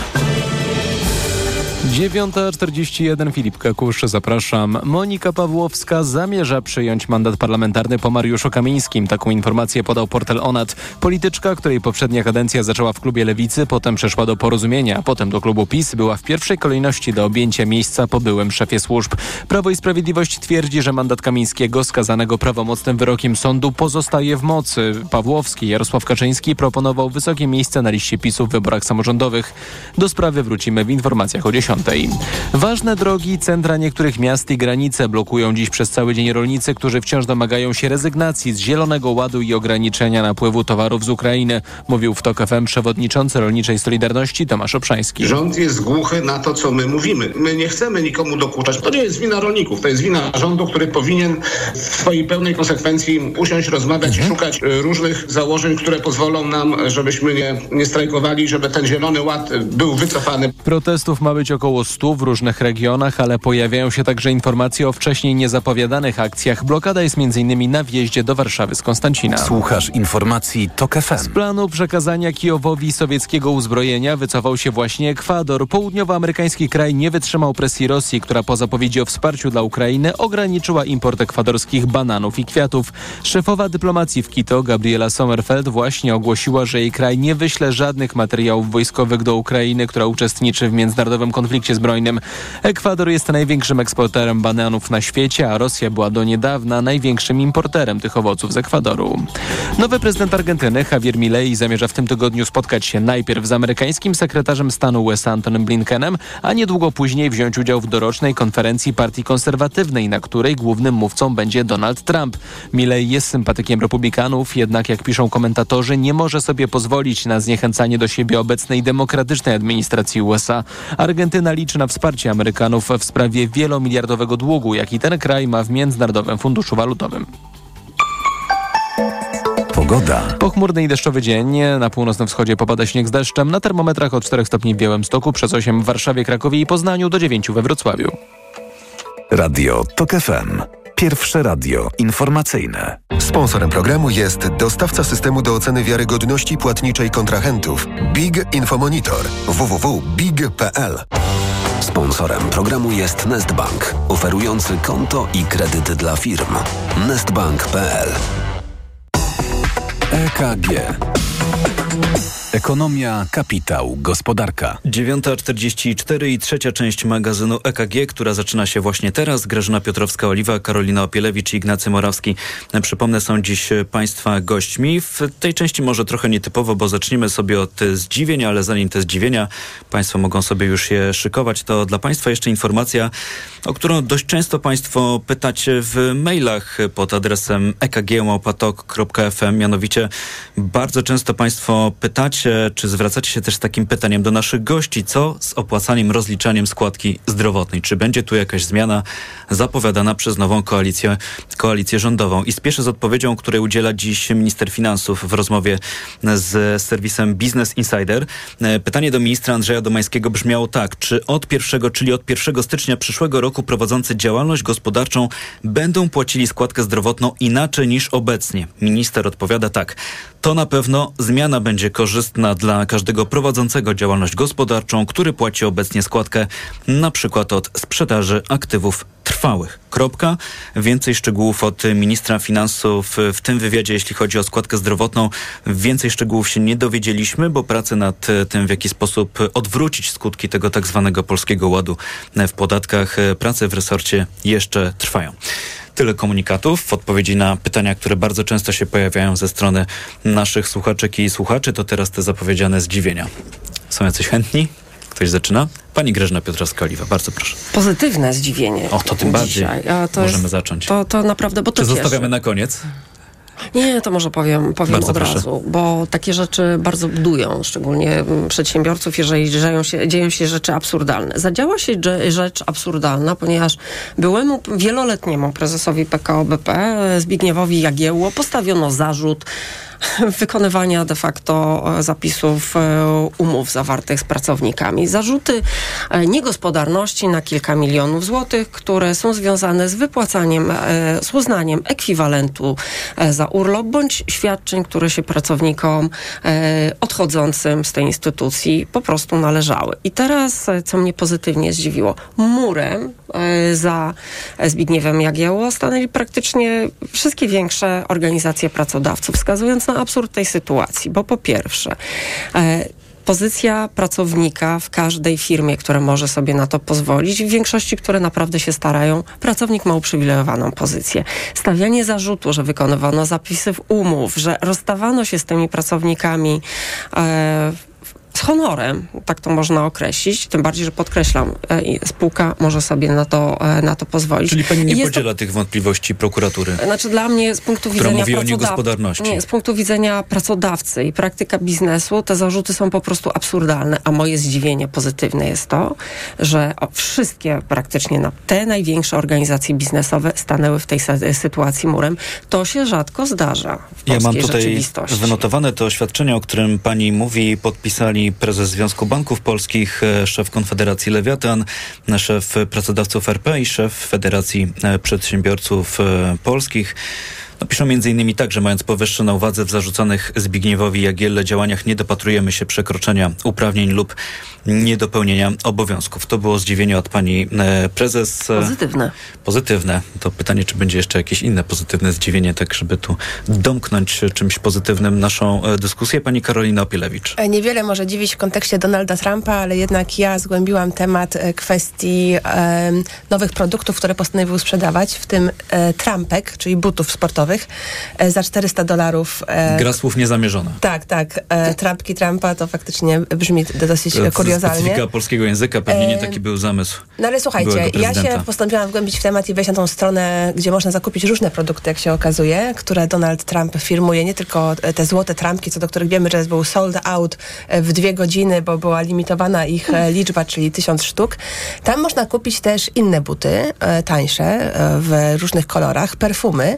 9:41, Filip Kakusz, zapraszam. Monika Pawłowska zamierza przyjąć mandat parlamentarny po Mariuszu Kamińskim. Taką informację podał portal Onet. Polityczka, której poprzednia kadencja zaczęła w klubie Lewicy, potem przeszła do Porozumienia, potem do klubu PiS, była w pierwszej kolejności do objęcia miejsca po byłym szefie służb. Prawo i Sprawiedliwość twierdzi, że mandat Kamińskiego, skazanego prawomocnym wyrokiem sądu, pozostaje w mocy. Pawłowski Jarosław Kaczyński proponował wysokie miejsce na liście PiS-u w wyborach samorządowych. Do sprawy wrócimy w informacjach o 10. 10. Ważne drogi, centra niektórych miast i granice blokują dziś przez cały dzień rolnicy, którzy wciąż domagają się rezygnacji z Zielonego Ładu i ograniczenia napływu towarów z Ukrainy, mówił w TOK FM przewodniczący Rolniczej Solidarności Tomasz Obszański. Rząd jest głuchy na to, co my mówimy. My nie chcemy nikomu dokuczać. To nie jest wina rolników, to jest wina rządu, który powinien w swojej pełnej konsekwencji usiąść, rozmawiać i szukać różnych założeń, które pozwolą nam, żebyśmy nie strajkowali, żeby ten Zielony Ład był wycofany. Protestów ma być około 100 w różnych regionach, ale pojawiają się także informacje o wcześniej niezapowiadanych akcjach. Blokada jest m.in. na wjeździe do Warszawy z Konstancina. Słuchasz informacji TOK FM. Z planu przekazania Kijowowi sowieckiego uzbrojenia wycofał się właśnie Ekwador. Południowoamerykański kraj nie wytrzymał presji Rosji, która po zapowiedzi o wsparciu dla Ukrainy ograniczyła import ekwadorskich bananów i kwiatów. Szefowa dyplomacji w Quito, Gabriela Sommerfeld, właśnie ogłosiła, że jej kraj nie wyśle żadnych materiałów wojskowych do Ukrainy, która uczestniczy w międzynarodowym konflikcie zbrojnym. Ekwador jest największym eksporterem bananów na świecie, a Rosja była do niedawna największym importerem tych owoców z Ekwadoru. Nowy prezydent Argentyny, Javier Milei, zamierza w tym tygodniu spotkać się najpierw z amerykańskim sekretarzem stanu USA Antonym Blinkenem, a niedługo później wziąć udział w dorocznej konferencji Partii Konserwatywnej, na której głównym mówcą będzie Donald Trump. Milei jest sympatykiem republikanów, jednak jak piszą komentatorzy, nie może sobie pozwolić na zniechęcanie do siebie obecnej demokratycznej administracji USA. Argentyna liczy na wsparcie Amerykanów w sprawie wielomiliardowego długu, jaki ten kraj ma w Międzynarodowym Funduszu Walutowym. Pogoda. Pochmurny i deszczowy dzień. Na północnym wschodzie popada śnieg z deszczem. Na termometrach od 4 stopni w Białymstoku, przez 8 w Warszawie, Krakowie i Poznaniu, do 9 we Wrocławiu. Radio TOK FM. Pierwsze radio informacyjne. Sponsorem programu jest dostawca systemu do oceny wiarygodności płatniczej kontrahentów Big Infomonitor www.big.pl. Sponsorem programu jest Nestbank, oferujący konto i kredyt dla firm. Nestbank.pl. EKG. Ekonomia, kapitał, gospodarka. 9:44 i trzecia część magazynu EKG, która zaczyna się właśnie teraz. Grażyna Piotrowska-Oliwa, Karolina Opielewicz i Ignacy Morawski. Przypomnę, są dziś Państwa gośćmi. W tej części może trochę nietypowo, bo zaczniemy sobie od zdziwienia, ale zanim te zdziwienia Państwo mogą sobie już je szykować, to dla Państwa jeszcze informacja, o którą dość często Państwo pytacie w mailach pod adresem ekg@tok.fm. Mianowicie bardzo często Państwo pytacie, czy zwracacie się też z takim pytaniem do naszych gości, co z opłacaniem, rozliczaniem składki zdrowotnej? Czy będzie tu jakaś zmiana zapowiadana przez nową koalicję rządową? I spieszę z odpowiedzią, której udziela dziś minister finansów w rozmowie z serwisem Business Insider. Pytanie do ministra Andrzeja Domańskiego brzmiało tak: czy od 1 stycznia przyszłego roku prowadzący działalność gospodarczą będą płacili składkę zdrowotną inaczej niż obecnie? Minister odpowiada tak: to na pewno zmiana będzie korzystna dla każdego prowadzącego działalność gospodarczą, który płaci obecnie składkę na przykład od sprzedaży aktywów trwałych. Kropka. Więcej szczegółów od ministra finansów w tym wywiadzie, jeśli chodzi o składkę zdrowotną. Więcej szczegółów się nie dowiedzieliśmy, bo prace nad tym, w jaki sposób odwrócić skutki tego tak zwanego Polskiego Ładu w podatkach, prace w resorcie jeszcze trwają. Tyle komunikatów w odpowiedzi na pytania, które bardzo często się pojawiają ze strony naszych słuchaczek i słuchaczy. To teraz te zapowiedziane zdziwienia. Są jacyś chętni? Ktoś zaczyna? Pani Grażyna Piotrowska-Oliwa, bardzo proszę. Pozytywne zdziwienie. O, to tym bardziej możemy zacząć. To naprawdę, bo to Czy zostawiamy na koniec? Nie, to może powiem od razu, bo takie rzeczy bardzo budują, szczególnie przedsiębiorców, jeżeli dzieją się rzeczy absurdalne. Zadziała się rzecz absurdalna, ponieważ byłemu wieloletniemu prezesowi PKO BP Zbigniewowi Jagiełło postawiono zarzut wykonywania de facto zapisów umów zawartych z pracownikami. Zarzuty niegospodarności na kilka milionów złotych, które są związane z wypłacaniem, z uznaniem ekwiwalentu za urlop bądź świadczeń, które się pracownikom odchodzącym z tej instytucji po prostu należały. I teraz, co mnie pozytywnie zdziwiło, murem za Zbigniewem Jagiełło stanęli praktycznie wszystkie większe organizacje pracodawców, wskazując na absurd tej sytuacji, bo po pierwsze pozycja pracownika w każdej firmie, która może sobie na to pozwolić, w większości, które naprawdę się starają, pracownik ma uprzywilejowaną pozycję. Stawianie zarzutu, że wykonywano zapisy umów, że rozstawano się z tymi pracownikami z honorem, tak to można określić, tym bardziej, że podkreślam, spółka może sobie na to pozwolić. Czyli pani nie podziela tych wątpliwości prokuratury? Znaczy dla mnie z punktu która widzenia mówi o niegospodarności. Nie, z punktu widzenia pracodawcy i praktyka biznesu te zarzuty są po prostu absurdalne, a moje zdziwienie pozytywne jest to, że wszystkie praktycznie te największe organizacje biznesowe stanęły w tej sytuacji murem. To się rzadko zdarza w polskiej mam tutaj rzeczywistości. wynotowane to oświadczenie, o którym pani mówi, podpisali prezes Związku Banków Polskich, szef Konfederacji Lewiatan, szef Pracodawców RP i szef Federacji Przedsiębiorców Polskich. Piszą m.in. tak, że mając powyższe na uwadze w zarzucanych Zbigniewowi Jagielle działaniach nie dopatrujemy się przekroczenia uprawnień lub niedopełnienia obowiązków. To było zdziwienie od pani prezes. Pozytywne. To pytanie, czy będzie jeszcze jakieś inne pozytywne zdziwienie, tak żeby tu domknąć czymś pozytywnym naszą dyskusję. Pani Karolina Opielewicz. Niewiele może dziwić w kontekście Donalda Trumpa, ale jednak ja zgłębiłam temat kwestii nowych produktów, które postanowił sprzedawać, w tym trampek, czyli butów sportowych za $400. Gra słów niezamierzona. Tak. Trampki Trumpa to faktycznie brzmi dosyć kuriozalnie. Specyfika polskiego języka, pewnie nie taki był zamysł. No ale słuchajcie, ja się postanowiłam wgłębić w temat i wejść na tą stronę, gdzie można zakupić różne produkty, jak się okazuje, które Donald Trump firmuje, nie tylko te złote trampki, co do których wiemy, że był sold out w 2 godziny, bo była limitowana ich liczba, czyli 1000 sztuk. Tam można kupić też inne buty, tańsze, w różnych kolorach, perfumy,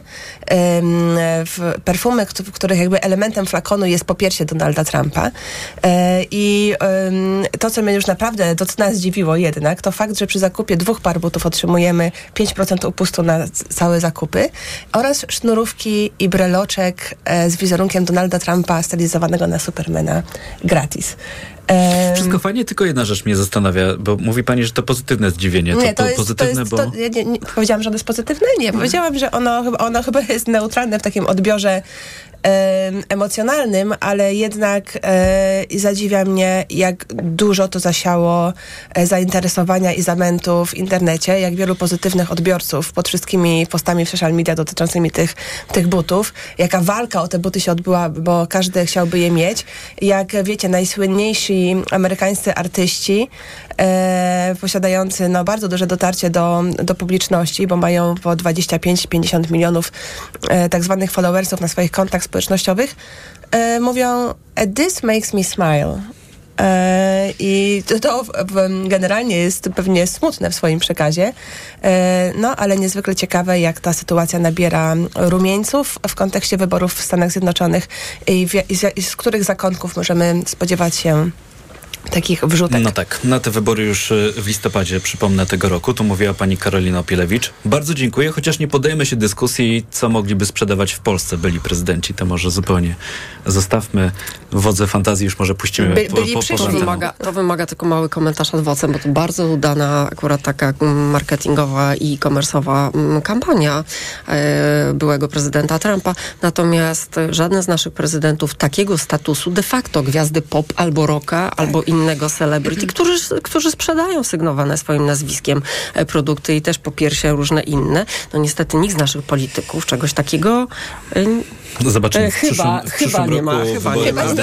w których jakby elementem flakonu jest popiersie Donalda Trumpa. I to, co mnie już naprawdę nas zdziwiło jednak, to fakt, że przy zakupie 2 par butów otrzymujemy 5% upustu na całe zakupy oraz sznurówki i breloczek z wizerunkiem Donalda Trumpa stylizowanego na Supermana gratis. Wszystko fajnie, tylko jedna rzecz mnie zastanawia, bo mówi pani, że to pozytywne zdziwienie. To pozytywne, bo... Ja nie powiedziałam, że ono jest pozytywne? Nie, powiedziałam, że ono chyba jest neutralne w takim odbiorze emocjonalnym, ale jednak zadziwia mnie, jak dużo to zasiało zainteresowania i zamętu w internecie, jak wielu pozytywnych odbiorców pod wszystkimi postami w social media dotyczącymi tych butów, jaka walka o te buty się odbyła, bo każdy chciałby je mieć. Jak wiecie, najsłynniejsi amerykańscy artyści posiadający bardzo duże dotarcie do publiczności, bo mają po 25-50 milionów tak zwanych followersów na swoich kontach społecznościowych, mówią "This makes me smile". I to generalnie jest pewnie smutne w swoim przekazie, ale niezwykle ciekawe, jak ta sytuacja nabiera rumieńców w kontekście wyborów w Stanach Zjednoczonych i z których zakątków możemy spodziewać się takich wrzutek. No tak, na te wybory już w listopadzie, przypomnę, tego roku. Tu mówiła pani Karolina Opielewicz. Bardzo dziękuję, chociaż nie podejmę się dyskusji, co mogliby sprzedawać w Polsce byli prezydenci. To może zupełnie zostawmy. Wodze fantazji już może puścimy To wymaga tylko mały komentarz ad vocem, bo to bardzo udana akurat taka marketingowa i e-commerce'owa kampania byłego prezydenta Trumpa. Natomiast żaden z naszych prezydentów takiego statusu de facto gwiazdy pop albo rocka, albo innego celebrity, którzy sprzedają sygnowane swoim nazwiskiem produkty i też popiersie różne inne. No niestety nikt z naszych polityków czegoś takiego zobaczymy. Chyba nie ma. Chyba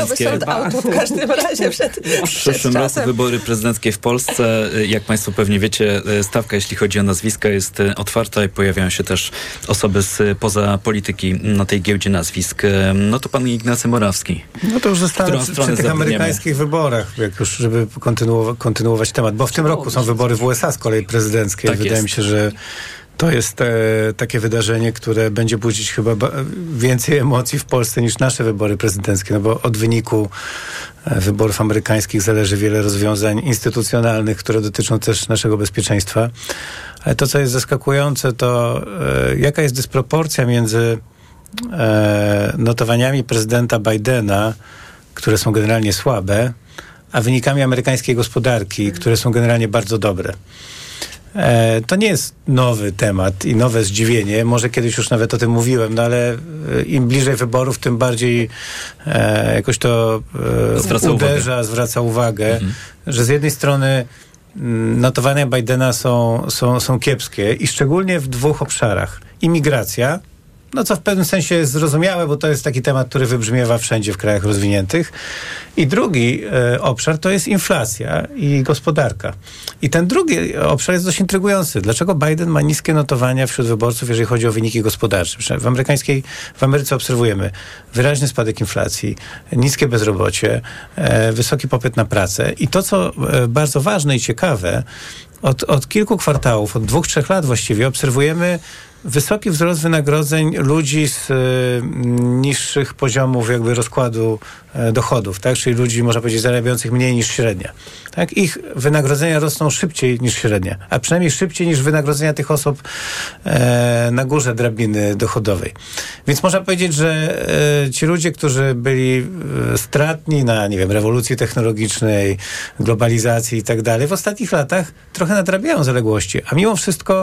w każdym razie w przyszłym roku wybory prezydenckie w Polsce. Jak państwo pewnie wiecie, stawka, jeśli chodzi o nazwiska, jest otwarta i pojawiają się też osoby spoza polityki na tej giełdzie nazwisk. No to pan Ignacy Morawski. No to już zostałem przy tych amerykańskich wyborach, jak już, żeby kontynuować temat, bo w tym roku są wybory w USA z kolei prezydenckie. Tak Wydaje mi się, że to jest takie wydarzenie, które będzie budzić chyba więcej emocji w Polsce niż nasze wybory prezydenckie, no bo od wyniku wyborów amerykańskich zależy wiele rozwiązań instytucjonalnych, które dotyczą też naszego bezpieczeństwa. Ale to, co jest zaskakujące, to jaka jest dysproporcja między notowaniami prezydenta Bidena, które są generalnie słabe, a wynikami amerykańskiej gospodarki, które są generalnie bardzo dobre. To nie jest nowy temat i nowe zdziwienie. Może kiedyś już nawet o tym mówiłem, no ale im bliżej wyborów, tym bardziej jakoś to zwraca uwagę, że z jednej strony notowania Bidena są kiepskie i szczególnie w 2 obszarach. Imigracja no co w pewnym sensie jest zrozumiałe, bo to jest taki temat, który wybrzmiewa wszędzie w krajach rozwiniętych. I drugi obszar to jest inflacja i gospodarka. I ten drugi obszar jest dość intrygujący. Dlaczego Biden ma niskie notowania wśród wyborców, jeżeli chodzi o wyniki gospodarcze? W Ameryce obserwujemy wyraźny spadek inflacji, niskie bezrobocie, wysoki popyt na pracę. I to, co bardzo ważne i ciekawe, od kilku kwartałów, od 2-3 lat właściwie obserwujemy wysoki wzrost wynagrodzeń ludzi z niższych poziomów jakby rozkładu dochodów, tak? Czyli ludzi, można powiedzieć, zarabiających mniej niż średnia. Tak? Ich wynagrodzenia rosną szybciej niż średnia, a przynajmniej szybciej niż wynagrodzenia tych osób na górze drabiny dochodowej. Więc można powiedzieć, że ci ludzie, którzy byli stratni na, nie wiem, rewolucji technologicznej, globalizacji i tak dalej, w ostatnich latach trochę nadrabiają zaległości, a mimo wszystko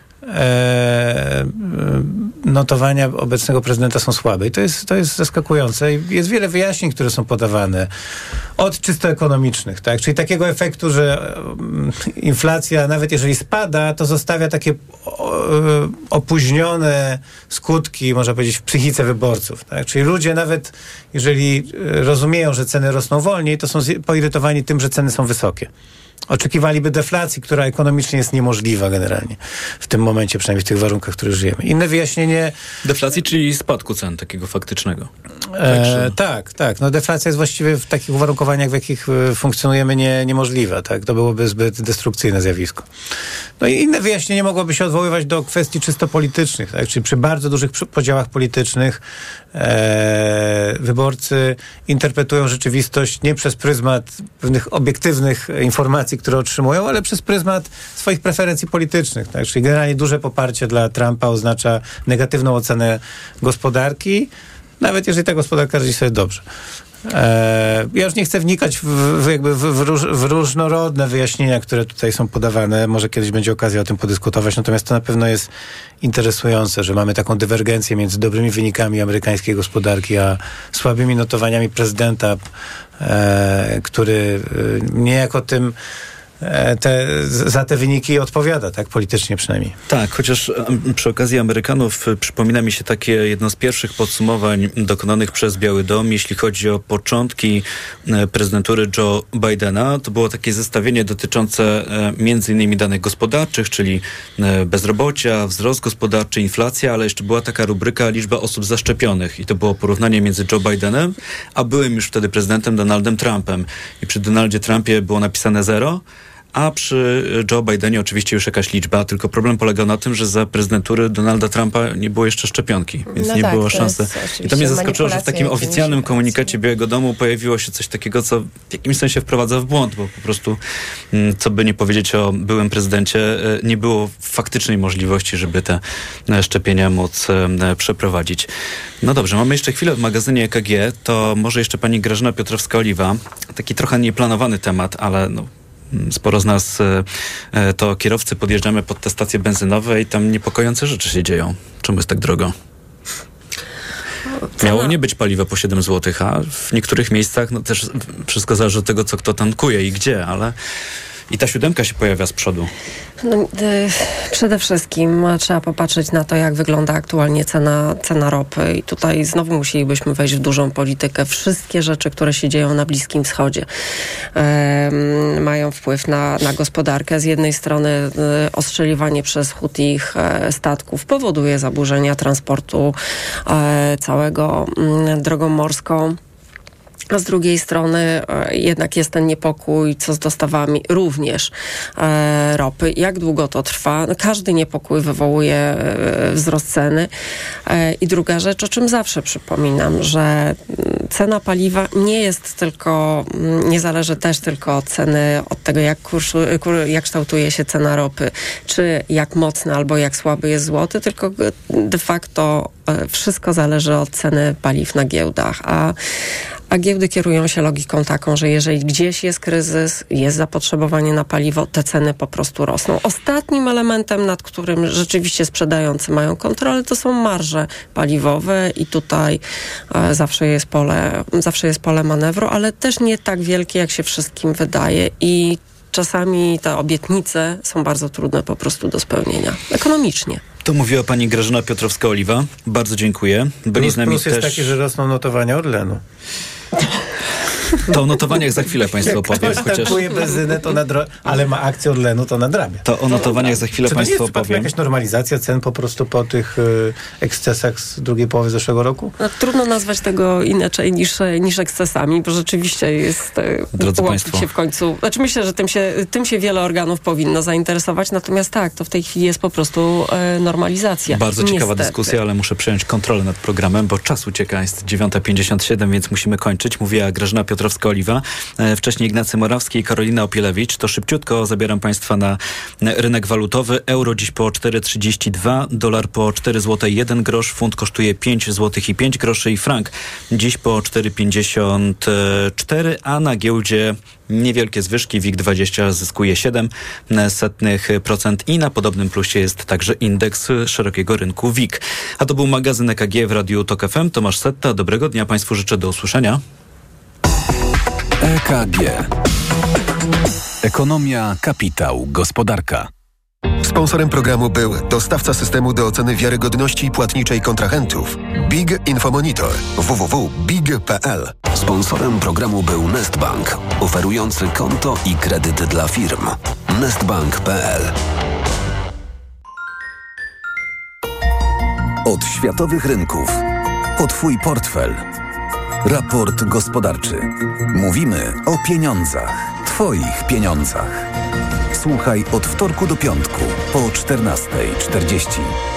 notowania obecnego prezydenta są słabe i to jest zaskakujące. Jest wiele wyjaśnień, które są podawane od czysto ekonomicznych, tak? Czyli takiego efektu, że inflacja, nawet jeżeli spada, to zostawia takie opóźnione skutki, można powiedzieć, w psychice wyborców, tak? Czyli ludzie nawet, jeżeli rozumieją, że ceny rosną wolniej, to są poirytowani tym, że ceny są wysokie. Oczekiwaliby deflacji, która ekonomicznie jest niemożliwa generalnie w tym momencie, przynajmniej w tych warunkach, w których żyjemy. Inne wyjaśnienie... Deflacji, czyli spadku cen takiego faktycznego. Tak. No deflacja jest właściwie w takich uwarunkowaniach, w jakich funkcjonujemy, niemożliwa. Tak? To byłoby zbyt destrukcyjne zjawisko. No i inne wyjaśnienie mogłoby się odwoływać do kwestii czysto politycznych. Tak? Czyli przy bardzo dużych podziałach politycznych wyborcy interpretują rzeczywistość nie przez pryzmat pewnych obiektywnych informacji, które otrzymują, ale przez pryzmat swoich preferencji politycznych. Tak? Czyli generalnie duże poparcie dla Trumpa oznacza negatywną ocenę gospodarki, nawet jeżeli ta gospodarka radzi sobie dobrze. Ja już nie chcę wnikać w różnorodne wyjaśnienia, które tutaj są podawane. Może kiedyś będzie okazja o tym podyskutować, natomiast to na pewno jest interesujące, że mamy taką dywergencję między dobrymi wynikami amerykańskiej gospodarki, a słabymi notowaniami prezydenta, który niejako tym za te wyniki odpowiada, tak? Politycznie przynajmniej. Tak, chociaż przy okazji Amerykanów przypomina mi się takie jedno z pierwszych podsumowań dokonanych przez Biały Dom, jeśli chodzi o początki prezydentury Joe Bidena. To było takie zestawienie dotyczące między innymi danych gospodarczych, czyli bezrobocia, wzrost gospodarczy, inflacja, ale jeszcze była taka rubryka liczba osób zaszczepionych i to było porównanie między Joe Bidenem, a byłym już wtedy prezydentem Donaldem Trumpem. I przy Donaldzie Trumpie było napisane 0, a przy Joe Bidenie oczywiście już jakaś liczba, tylko problem polegał na tym, że za prezydentury Donalda Trumpa nie było jeszcze szczepionki, więc nie było szansy. I to mnie zaskoczyło, że w takim oficjalnym komunikacie Białego Domu pojawiło się coś takiego, co w jakimś sensie wprowadza w błąd, bo po prostu, co by nie powiedzieć o byłym prezydencie, nie było faktycznej możliwości, żeby te szczepienia móc przeprowadzić. No dobrze, mamy jeszcze chwilę w magazynie EKG, to może jeszcze pani Grażyna Piotrowska-Oliwa, taki trochę nieplanowany temat, ale sporo z nas to kierowcy podjeżdżamy pod te stacje benzynowe i tam niepokojące rzeczy się dzieją. Czemu jest tak drogo? Miało nie być paliwa po 7 zł, a w niektórych miejscach no też wszystko zależy od tego, co kto tankuje i gdzie, ale i ta 7 się pojawia z przodu. No, przede wszystkim trzeba popatrzeć na to, jak wygląda aktualnie cena ropy. I tutaj znowu musielibyśmy wejść w dużą politykę. Wszystkie rzeczy, które się dzieją na Bliskim Wschodzie, mają wpływ na gospodarkę. Z jednej strony ostrzeliwanie przez Hutich statków powoduje zaburzenia transportu całego drogą morską. A z drugiej strony jednak jest ten niepokój, co z dostawami również ropy. Jak długo to trwa? No, każdy niepokój wywołuje wzrost ceny. I druga rzecz, o czym zawsze przypominam, że cena paliwa nie zależy też tylko od ceny, od tego jak kształtuje się cena ropy, czy jak mocny albo jak słaby jest złoty, tylko de facto wszystko zależy od ceny paliw na giełdach. A giełdy kierują się logiką taką, że jeżeli gdzieś jest kryzys, jest zapotrzebowanie na paliwo, te ceny po prostu rosną. Ostatnim elementem, nad którym rzeczywiście sprzedający mają kontrolę, to są marże paliwowe i tutaj zawsze jest pole manewru, ale też nie tak wielkie, jak się wszystkim wydaje i czasami te obietnice są bardzo trudne po prostu do spełnienia ekonomicznie. To mówiła pani Grażyna Piotrowska-Oliwa. Bardzo dziękuję. Byli z nami plus jest też... taki, że rosną notowania Orlenu. To o notowaniach za chwilę państwu opowiem. Jak ktoś tankuje benzynę, ale ma akcję Orlenu, to nadrabia. To o notowaniach za chwilę państwu opowiem. Czy to jest jakaś normalizacja cen po prostu po tych ekscesach z drugiej połowy zeszłego roku? No, trudno nazwać tego inaczej niż ekscesami, bo rzeczywiście jest... Drodzy państwo. Się w końcu... Znaczy myślę, że tym się wiele organów powinno zainteresować, natomiast tak, to w tej chwili jest po prostu normalizacja. Bardzo ciekawa dyskusja, ale muszę przejąć kontrolę nad programem, bo czas ucieka, jest 9:57, więc musimy kończyć. Mówiła Grażyna Piotrowska-Oliwa, wcześniej Ignacy Morawski i Karolina Opielewicz. To szybciutko zabieram państwa na rynek walutowy. Euro dziś po 4,32, dolar po 4 zł 1 grosz, funt kosztuje 5 zł i 5 groszy i frank dziś po 4,54, a na giełdzie niewielkie zwyżki. WIG20 zyskuje 0,07% i na podobnym plusie jest także indeks szerokiego rynku WIG. A to był magazyn EKG w Radiu TOK FM. Tomasz Setta. Dobrego dnia państwu życzę. Do usłyszenia. EKG. Ekonomia, kapitał, gospodarka. Sponsorem programu był dostawca systemu do oceny wiarygodności płatniczej kontrahentów Big Infomonitor www.big.pl. Sponsorem programu był Nestbank, oferujący konto i kredyt dla firm. Nestbank.pl. Od światowych rynków. O Twój portfel. Raport gospodarczy. Mówimy o pieniądzach. Twoich pieniądzach. Słuchaj od wtorku do piątku po 14:40.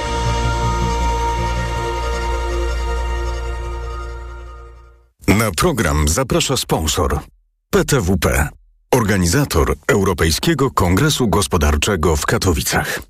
Na program zaprasza sponsor PTWP, organizator Europejskiego Kongresu Gospodarczego w Katowicach.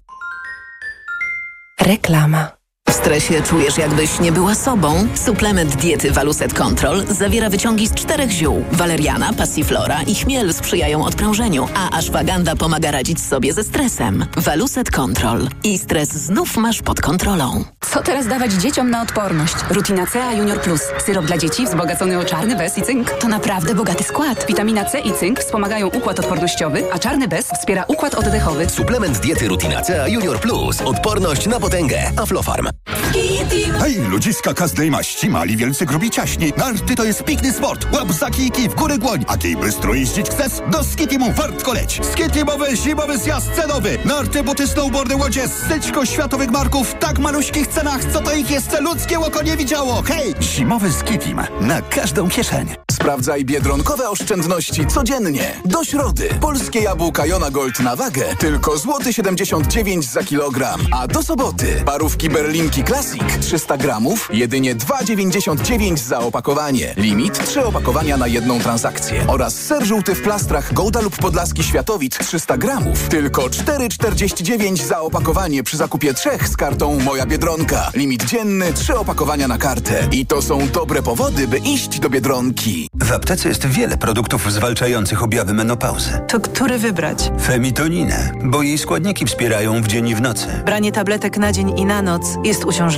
Reklama. W stresie czujesz, jakbyś nie była sobą? Suplement diety Waluset Control zawiera wyciągi z 4 ziół. Waleriana, passiflora i chmiel sprzyjają odprężeniu, a ashwagandha pomaga radzić sobie ze stresem. Waluset Control. I stres znów masz pod kontrolą. Co teraz dawać dzieciom na odporność? Rutina C Junior Plus. Syrop dla dzieci wzbogacony o czarny bez i cynk. To naprawdę bogaty skład. Witamina C i cynk wspomagają układ odpornościowy, a czarny bez wspiera układ oddechowy. Suplement diety Rutina C Junior Plus. Odporność na potęgę. Aflofarm. Hej, ludziska każdej maści, mali, wielcy, grubi, ciaśni. Narty to jest piękny sport. Łap za kijki, w górę dłoń. A kij bystro jeździć chcesz? Do Skitimu wartko leć. Skitimowy zimowy zjazd cenowy. Narty, buty, snowboardy, łodzie z setką światowych marków w tak maluśkich cenach, co to ich jeszcze ludzkie oko nie widziało. Hej, zimowy Skitim. Na każdą kieszeń. Sprawdzaj biedronkowe oszczędności codziennie. Do środy. Polskie jabłka Jona Gold na wagę tylko złoty 79 za kilogram. A do soboty parówki Berlinki Classic 300 gramów, jedynie 2,99 za opakowanie. Limit 3 opakowania na jedną transakcję. Oraz ser żółty w plastrach Gouda lub Podlaski Światowicz 300 gramów. Tylko 4,49 za opakowanie przy zakupie 3 z kartą Moja Biedronka. Limit dzienny 3 opakowania na kartę. I to są dobre powody, by iść do Biedronki. W aptece jest wiele produktów zwalczających objawy menopauzy. To który wybrać? Femitoninę, bo jej składniki wspierają w dzień i w nocy. Branie tabletek na dzień i na noc jest uciążliwe.